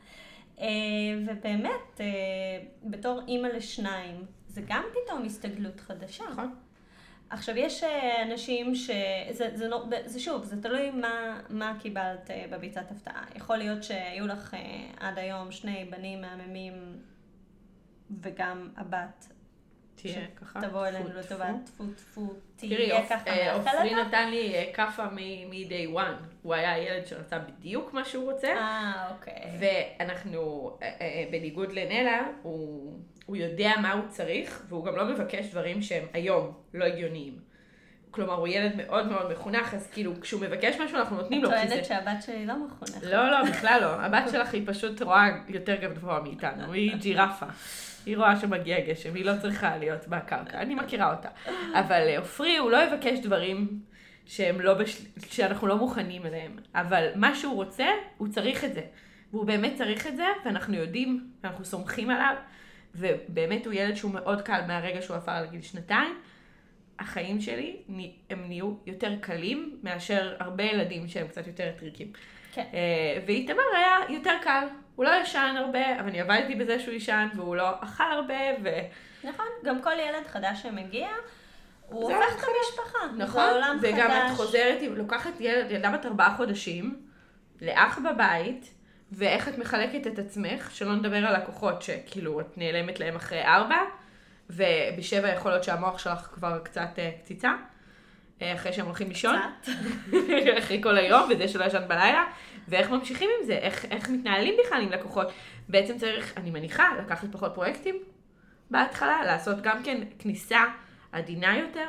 ובאמת, בתור אמא לשניים, זה גם פתאום הסתגלות חדשה. נכון. עכשיו, יש אנשים ש... זה, זה, לא, זה שוב, זה תלוי מה, מה קיבלת בביצת הפתעה. יכול להיות שהיו לך עד היום שני בנים מהממים, וגם הבת תהיה ככה. תבוא אלינו לטובה, טפו טפו, תראי, תהיה ככה אופרי מהתחלה. נתן לי כאפה מ-day one. הוא היה הילד שרצה בדיוק מה שהוא רוצה. אה, אוקיי. ואנחנו, בניגוד לנלה, הוא, הוא יודע מה הוא צריך, והוא גם לא מבקש דברים שהם היום לא הגיוניים. כלומר, הוא ילד מאוד מאוד מחונך, אז כאילו, כשהוא מבקש משהו, אנחנו נותנים לו. את טוענת שהבת שלי לא מחונכת. לא, לא, בכלל לא. הבת שלך היא פשוט רואה יותר גבוה מאיתנו. היא ג'ירפה. היא רואה שמגיע גשם, היא לא צריכה להיות בקרקע. אני מכירה אותה. אבל אופרי, הוא לא יבקש דברים שהם לא בשל... שאנחנו לא מוכנים אליהם. אבל מה שהוא רוצה, הוא צריך את זה. והוא באמת צריך את זה, ואנחנו יודעים, ואנחנו סומכים עליו, ובאמת הוא ילד שהוא מאוד קל מהרגע שהוא עבר לגיל שנתיים. החיים שלי, הם נהיו יותר קלים מאשר הרבה ילדים שהם קצת יותר טריקים. כן. ואיתמר היה יותר קל. הוא לא ישן הרבה, אבל אני עבדתי בזה שהוא ישן, והוא לא אכל הרבה, ו... נכון, גם כל ילד חדש שמגיע, הוא זה הופך את חדש. המשפחה. נכון, זה עולם וגם חדש. את חוזרת, לוקחת ילד, ילדה בת ארבעה חודשים, לאח בבית, ואיך את מחלקת את עצמך, שלא נדבר על לקוחות שכאילו את נעלמת להם אחרי ארבע, ובשבע יכול להיות שהמוח שלך כבר קצת uh, קציצה, uh, אחרי שהם הולכים לישון, קצת. אחרי כל היום, וזה שלא ישן בלילה, ואיך ממשיכים עם זה, איך, איך מתנהלים בכלל עם לקוחות. בעצם צריך, אני מניחה, לקחת פחות פרויקטים בהתחלה, לעשות גם כן כניסה עדינה יותר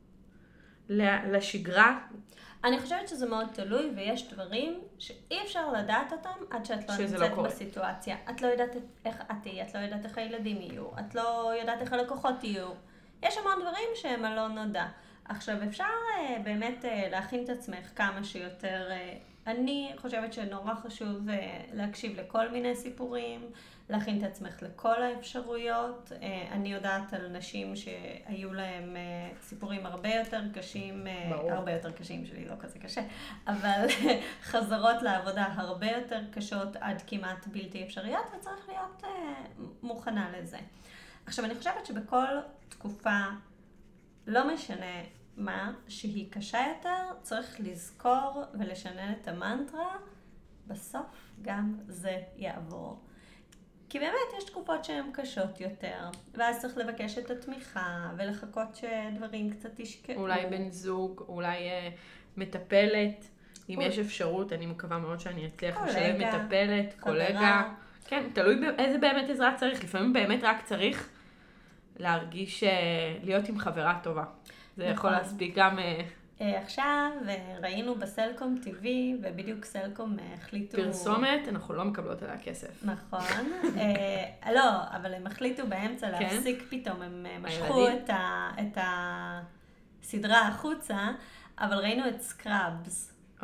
לשגרה. אני חושבת שזה מאוד תלוי, ויש דברים שאי אפשר לדעת אותם עד שאת לא שזה נמצאת לא קורה. בסיטואציה. את לא יודעת איך את תהיי, את לא יודעת איך הילדים יהיו, את לא יודעת איך הלקוחות יהיו. יש המון דברים שהם הלא נודע. עכשיו, אפשר uh, באמת uh, להכין את עצמך כמה שיותר. Uh, אני חושבת שנורא חשוב uh, להקשיב לכל מיני סיפורים, להכין את עצמך לכל האפשרויות. Uh, אני יודעת על נשים שהיו להם uh, סיפורים הרבה יותר קשים, uh, ברור. הרבה יותר קשים שלי, לא כזה קשה, אבל חזרות לעבודה הרבה יותר קשות עד כמעט בלתי אפשריות, וצריך להיות uh, מוכנה לזה. עכשיו, אני חושבת שבכל תקופה, לא משנה מה, שהיא קשה יותר, צריך לזכור ולשנן את המנטרה, בסוף גם זה יעבור. כי באמת יש תקופות שהן קשות יותר, ואז צריך לבקש את התמיכה, ולחכות שדברים קצת ישקעו. אולי בן זוג, אולי אה, מטפלת, אם אול. יש אפשרות, אני מקווה מאוד שאני אצליח קולגה, לשלב מטפלת, חברה. קולגה. כן, תלוי באיזה באמת עזרה צריך. לפעמים באמת רק צריך להרגיש, אה, להיות עם חברה טובה. זה נכון. יכול להספיק גם אה, אה, עכשיו אה, ראינו בסלקום טי וי, ובדיוק סלקום אה, החליטו... פרסומת, אנחנו לא מקבלות עליה כסף. נכון. אה, לא, אבל הם החליטו באמצע להפסיק פתאום, הם אה, משכו הילדים? את ה- את הסדרה החוצה, אבל ראינו את סקראבס.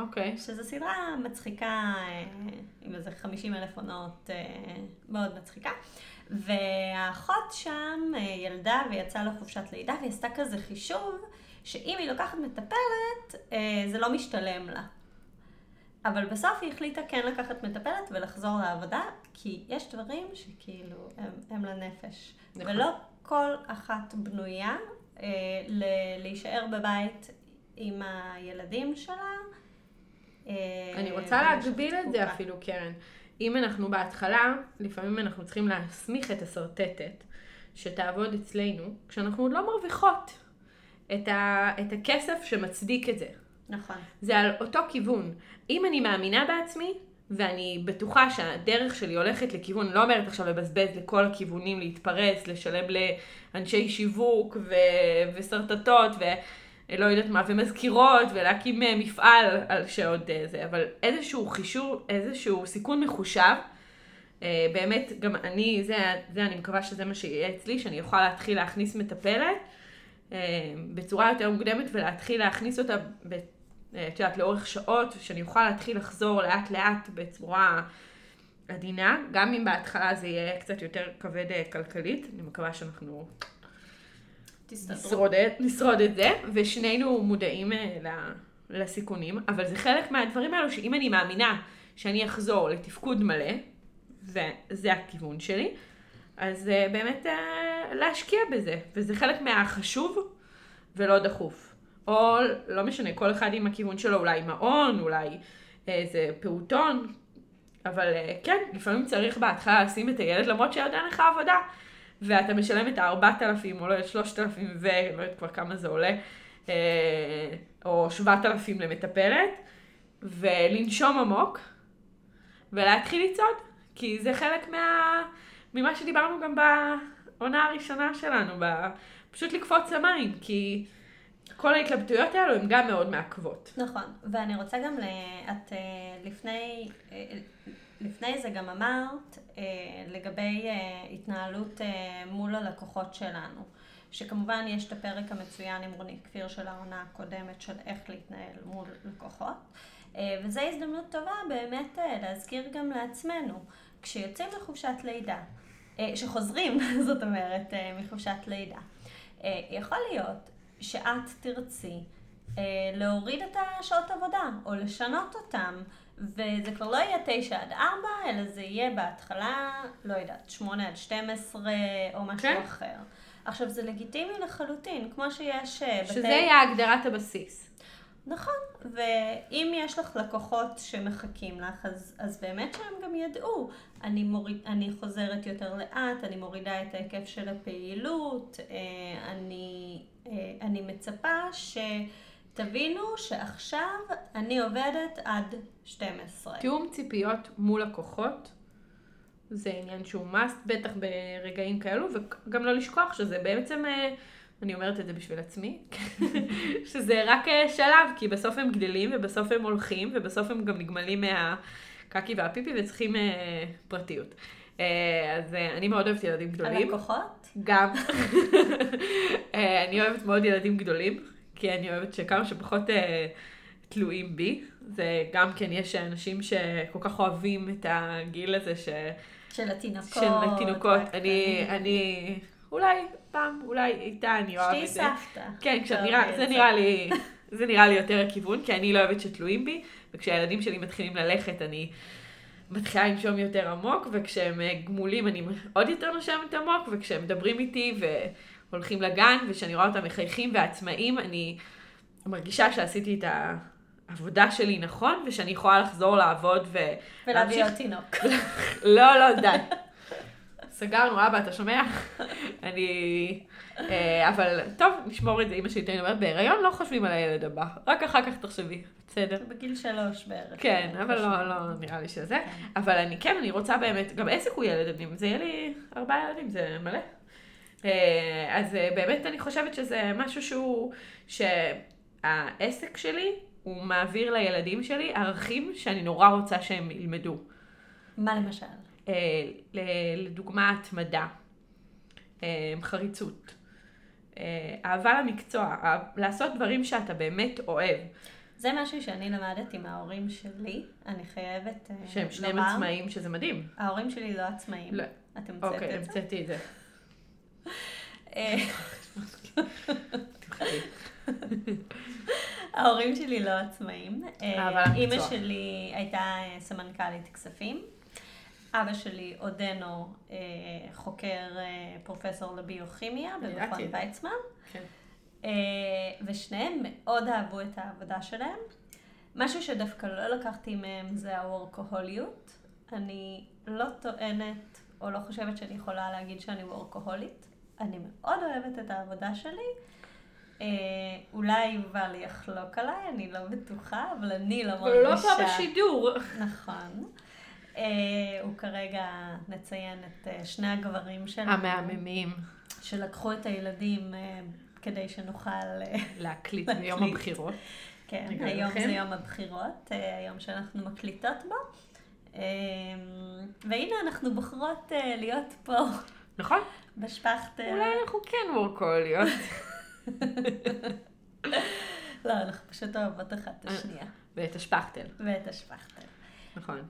אוקיי. שזו סדרה מצחיקה, עם איזה חמישים אלף עונות, מאוד מצחיקה. והאחות שם ילדה ויצאה לחופשת לידה, והיא עשתה כזה חישוב, שאם היא לוקחת מטפלת, זה לא משתלם לה. אבל בסוף היא החליטה כן לקחת מטפלת ולחזור לעבודה, כי יש דברים שכאילו הם, הם לנפש. נכון. ולא כל אחת בנויה אה, ל- להישאר בבית עם הילדים שלה. אה, אני רוצה להגביל את זה אפילו, קרן. אם אנחנו בהתחלה, לפעמים אנחנו צריכים להסמיך את הסרטטת, שתעבוד אצלנו, כשאנחנו עוד לא מרוויחות את, ה- את הכסף שמצדיק את זה. נכון. זה על אותו כיוון. אם אני מאמינה בעצמי, ואני בטוחה שהדרך שלי הולכת לכיוון, לא אומרת עכשיו לבזבז לכל הכיוונים, להתפרס, לשלם לאנשי שיווק ו- וסרטטות, ולא יודעת מה, ומזכירות, ולהקים מפעל על שעוד זה, אבל איזשהו חישור, איזשהו סיכון מחושב, באמת, גם אני, זה, זה אני מקווה שזה מה שיהיה אצלי, שאני אוכל להתחיל להכניס מטפלת, בצורה יותר מוקדמת, ולהתחיל להכניס אותה ב... את יודעת, לאורך שעות, שאני אוכל להתחיל לחזור לאט לאט בצורה עדינה, גם אם בהתחלה זה יהיה קצת יותר כבד כלכלית, אני מקווה שאנחנו נשרוד, נשרוד את זה, ושנינו מודעים לסיכונים, אבל זה חלק מהדברים האלו, שאם אני מאמינה שאני אחזור לתפקוד מלא, וזה הכיוון שלי, אז באמת להשקיע בזה, וזה חלק מהחשוב ולא דחוף. או לא משנה, כל אחד עם הכיוון שלו, אולי מעון, אולי איזה פעוטון, אבל כן, לפעמים צריך בהתחלה לשים את הילד, למרות שעוד אין לך עבודה, ואתה משלם את ה-ארבעת אלפים או לא, שלושת אלפים ולא יודעת כבר כמה זה עולה, או שבעת אלפים למטפלת, ולנשום עמוק, ולהתחיל לצעוד, כי זה חלק מה... ממה שדיברנו גם בעונה הראשונה שלנו, פשוט לקפוץ למים, כי... כל ההתלבטויות האלו הן גם מאוד מעכבות. נכון, ואני רוצה גם, את לפני, לפני זה גם אמרת לגבי התנהלות מול הלקוחות שלנו, שכמובן יש את הפרק המצוין עם רוני כפיר של העונה הקודמת של איך להתנהל מול לקוחות, וזו הזדמנות טובה באמת להזכיר גם לעצמנו, כשיוצאים לחופשת לידה, שחוזרים, זאת אומרת, מחופשת לידה, יכול להיות שאת תרצי אה, להוריד את השעות עבודה, או לשנות אותם, וזה כבר לא יהיה תשע עד ארבע, אלא זה יהיה בהתחלה, לא יודעת, שמונה עד שתים עשרה, או משהו okay. אחר. עכשיו, זה לגיטימי לחלוטין, כמו שיש בתי... שזה יהיה הגדרת הבסיס. נכון, ואם יש לך לקוחות שמחכים לך, אז, אז באמת שהם גם ידעו. אני, מוריד, אני חוזרת יותר לאט, אני מורידה את ההיקף של הפעילות, אני, אני מצפה שתבינו שעכשיו אני עובדת עד שתים עשרה. תיאום ציפיות מול לקוחות, זה עניין שהוא must, בטח ברגעים כאלו, וגם לא לשכוח שזה בעצם... אני אומרת את זה בשביל עצמי, שזה רק שלב, כי בסוף הם גדלים, ובסוף הם הולכים, ובסוף הם גם נגמלים מהקקי והפיפי, וצריכים פרטיות. אז אני מאוד אוהבת ילדים גדולים. הלקוחות? גם. אני אוהבת מאוד ילדים גדולים, כי אני אוהבת שכמה שפחות תלויים בי. זה גם כן, יש אנשים שכל כך אוהבים את הגיל הזה ש... של התינוקות. של התינוקות. אני, אני... אולי פעם, אולי איתה אני אוהב את זה. שתי סבתא. כן, כשנראה, זה נראה לי, זה נראה לי יותר הכיוון, כי אני לא אוהבת שתלויים בי, וכשהילדים שלי מתחילים ללכת, אני מתחילה לנשום יותר עמוק, וכשהם גמולים אני עוד יותר נושמת עמוק, וכשהם מדברים איתי והולכים לגן, וכשאני רואה אותם מחייכים ועצמאים, אני מרגישה שעשיתי את העבודה שלי נכון, ושאני יכולה לחזור לעבוד ו... ולהביא עוד תינוק. לא, לא, די. סגרנו, אבא, אתה שומע? אני... אבל טוב, נשמור את זה. אמא שלי תמיד אומרת, בהיריון לא חושבים על הילד הבא. רק אחר כך תחשבי. בסדר. בגיל שלוש בערך. כן, אבל לא, לא נראה לי שזה. אבל אני כן, אני רוצה באמת, גם עסק הוא ילדים. זה יהיה לי ארבעה ילדים, זה מלא. אז באמת אני חושבת שזה משהו שהוא, שהעסק שלי, הוא מעביר לילדים שלי ערכים שאני נורא רוצה שהם ילמדו. מה למשל? לדוגמה, התמדה, חריצות, אהבה למקצוע, לעשות דברים שאתה באמת אוהב. זה משהו שאני למדתי מההורים שלי, אני חייבת לומר. שהם שניהם עצמאים, שזה מדהים. ההורים שלי לא עצמאים. לא. אתם המצאת אוקיי, את זה? המצאתי את זה. ההורים שלי לא עצמאים. אבל המקצוע. אימא שלי הייתה סמנכ"לית כספים. אבא שלי עודנו חוקר פרופסור לביוכימיה במכון ויצמן. כן. ושניהם מאוד אהבו את העבודה שלהם. משהו שדווקא לא לקחתי מהם זה הוורקוהוליות. אני לא טוענת או לא חושבת שאני יכולה להגיד שאני וורקוהולית. אני מאוד אוהבת את העבודה שלי. אה, אולי יובל יחלוק עליי, אני לא בטוחה, אבל אני לא מרגישה. ולא פה בשידור. נכון. אה, הוא כרגע נציין את אה, שני הגברים שלנו. המהממים. שלקחו את הילדים אה, כדי שנוכל אה, להקליט ביום הבחירות. כן, היום לכם. זה יום הבחירות, אה, היום שאנחנו מקליטות בו. אה, והנה אנחנו בוחרות אה, להיות פה. נכון. בשפחתל. אולי אנחנו כן וורקוליות. לא, אנחנו פשוט אוהבות אחת את השנייה. ואת השפחתל. ואת השפחתל. נכון.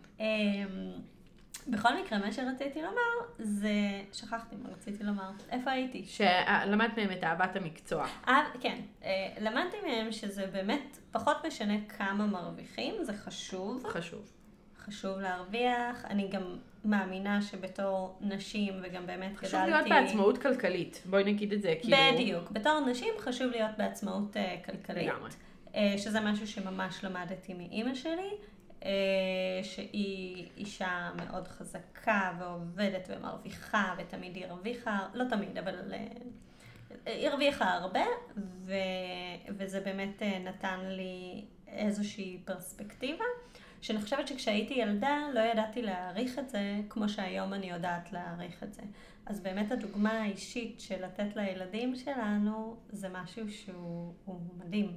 בכל מקרה, מה שרציתי לומר, זה, שכחתי מה רציתי לומר, איפה הייתי? שלמדת מהם את אהבת המקצוע. כן, למדתי מהם שזה באמת פחות משנה כמה מרוויחים, זה חשוב. חשוב. חשוב להרוויח, אני גם מאמינה שבתור נשים, וגם באמת חשוב גדלתי... להיות בעצמאות כלכלית, בואי נגיד את זה, כאילו... בדיוק, בתור נשים חשוב להיות בעצמאות uh, כלכלית. לגמרי. Uh, שזה משהו שממש למדתי מאמא שלי, uh, שהיא אישה מאוד חזקה ועובדת ומרוויחה, ותמיד היא הרוויחה, לא תמיד, אבל uh, היא הרוויחה הרבה, ו... וזה באמת uh, נתן לי איזושהי פרספקטיבה. שאני חושבת שכשהייתי ילדה לא ידעתי להעריך את זה כמו שהיום אני יודעת להעריך את זה. אז באמת הדוגמה האישית של לתת לילדים שלנו זה משהו שהוא מדהים.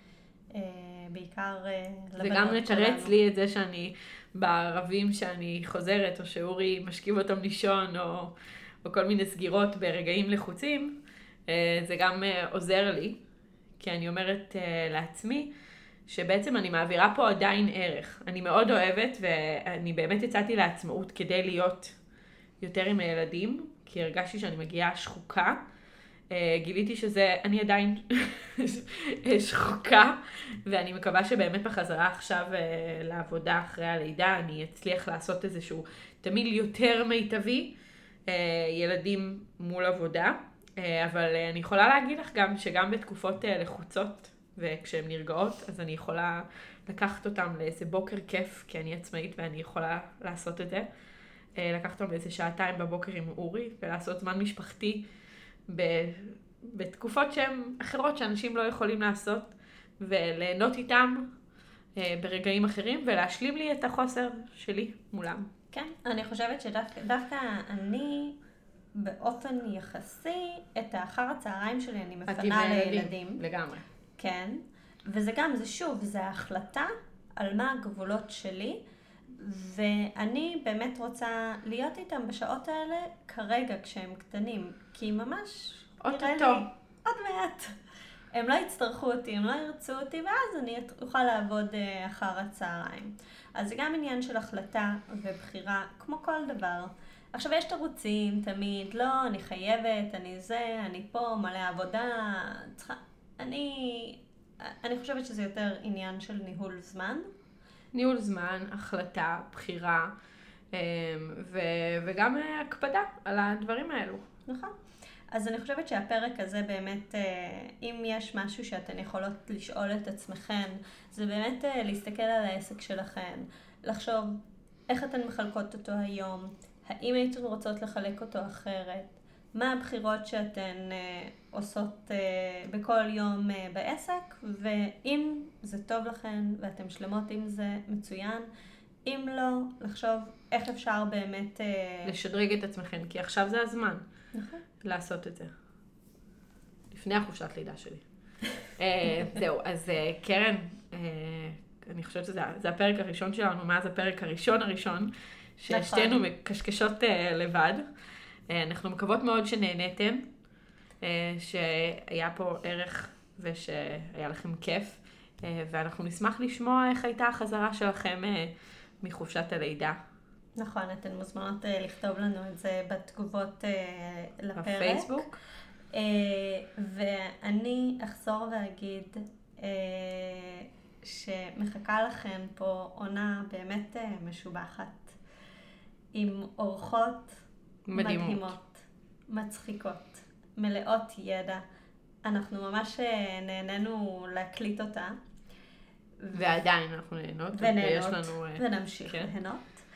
בעיקר לבנות שלנו. זה גם לתרץ לי את זה שאני בערבים שאני חוזרת או שאורי משכיב אותם לישון או, או כל מיני סגירות ברגעים לחוצים. זה גם עוזר לי כי אני אומרת לעצמי שבעצם אני מעבירה פה עדיין ערך. אני מאוד אוהבת ואני באמת יצאתי לעצמאות כדי להיות יותר עם הילדים, כי הרגשתי שאני מגיעה שחוקה. גיליתי שזה, אני עדיין שחוקה, ואני מקווה שבאמת בחזרה עכשיו לעבודה אחרי הלידה, אני אצליח לעשות איזשהו תמיד יותר מיטבי, ילדים מול עבודה. אבל אני יכולה להגיד לך גם שגם בתקופות לחוצות, וכשהן נרגעות, אז אני יכולה לקחת אותם לאיזה בוקר כיף, כי אני עצמאית ואני יכולה לעשות את זה. לקחת אותם לאיזה שעתיים בבוקר עם אורי, ולעשות זמן משפחתי בתקופות שהן אחרות שאנשים לא יכולים לעשות, וליהנות איתם ברגעים אחרים, ולהשלים לי את החוסר שלי מולם. כן, אני חושבת שדווקא אני באופן יחסי, את האחר הצהריים שלי אני מפנה לילדים. לגמרי. כן, וזה גם, זה שוב, זה ההחלטה על מה הגבולות שלי, ואני באמת רוצה להיות איתם בשעות האלה כרגע כשהם קטנים, כי ממש נראה לי עוד מעט. הם לא יצטרכו אותי, הם לא ירצו אותי, ואז אני אוכל לעבוד אחר הצהריים. אז זה גם עניין של החלטה ובחירה, כמו כל דבר. עכשיו יש תירוצים תמיד, לא, אני חייבת, אני זה, אני פה, מלא עבודה, צריכה... אני, אני חושבת שזה יותר עניין של ניהול זמן. ניהול זמן, החלטה, בחירה, ו, וגם הקפדה על הדברים האלו. נכון. אז אני חושבת שהפרק הזה באמת, אם יש משהו שאתן יכולות לשאול את עצמכן, זה באמת להסתכל על העסק שלכן, לחשוב איך אתן מחלקות אותו היום, האם הייתן רוצות לחלק אותו אחרת, מה הבחירות שאתן uh, עושות uh, בכל יום uh, בעסק, ואם זה טוב לכן ואתן שלמות עם זה, מצוין. אם לא, לחשוב איך אפשר באמת... Uh... לשדרג את עצמכן, כי עכשיו זה הזמן. נכון. לעשות את זה. לפני החופשת לידה שלי. uh, זהו, אז uh, קרן, uh, אני חושבת שזה זה הפרק הראשון שלנו, מאז הפרק הראשון הראשון, ששתינו נכון. מקשקשות uh, לבד. אנחנו מקוות מאוד שנהנתם, שהיה פה ערך ושהיה לכם כיף. ואנחנו נשמח לשמוע איך הייתה החזרה שלכם מחופשת הלידה. נכון, אתן מוזמנות לכתוב לנו את זה בתגובות לפרק. בפייסבוק. ואני אחזור ואגיד שמחכה לכם פה עונה באמת משובחת, עם אורחות מדהימות. מדהימות, מצחיקות, מלאות ידע. אנחנו ממש נהנינו להקליט אותה. ועדיין אנחנו נהנות. ונהנות, לנו, ונמשיך כן. ליהנות.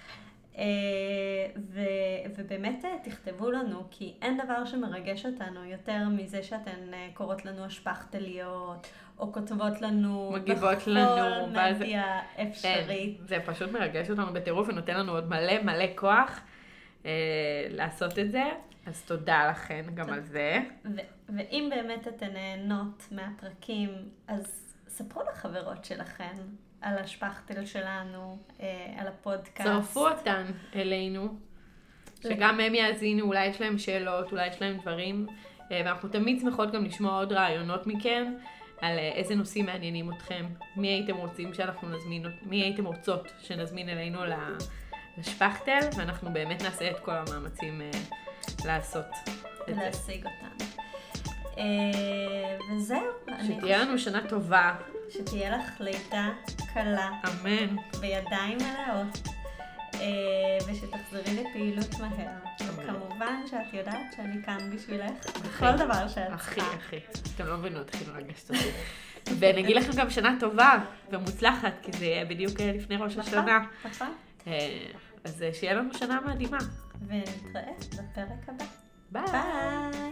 ו, ובאמת תכתבו לנו, כי אין דבר שמרגש אותנו יותר מזה שאתן קוראות לנו השפחתליות, או כותבות לנו מגיבות בכל לנו, מדיה אפשרית. זה פשוט מרגש אותנו בטירוף ונותן לנו עוד מלא מלא כוח אה, לעשות את זה. אז תודה לכן גם על זה. ו- ואם באמת אתן נהנות מהפרקים, אז ספרו לחברות שלכן על השפחתל שלנו, אה, על הפודקאסט. צרפו אותן אלינו, שגם הם יאזינו, אולי יש להם שאלות, אולי יש להם דברים, אה, ואנחנו תמיד שמחות גם לשמוע עוד רעיונות מכם, על אה, איזה נושאים מעניינים אתכם, מי הייתם רוצים שאנחנו נזמין, מי הייתם רוצות שנזמין אלינו לשפחתל, ואנחנו באמת נעשה את כל המאמצים אה, לעשות את זה. להשיג אותן. אה, וזהו. שתהיה לנו שנה טובה. שתהיה לך לידה קלה. אמן. בידיים מלאות. אה, ושתחזרי לפעילות מהר. אמן. כמובן שאת יודעת שאני כאן בשבילך. בכל דבר שאת אחי, צריכה. אחי. אתם לא מבינות, הכי מרגשת אותי. ונגיד לכם גם שנה טובה ומוצלחת, כי זה יהיה בדיוק לפני ראש השנה. נכון. אז שיהיה לנו שנה מדהימה. ונתראה בפרק הבא. ביי. ביי.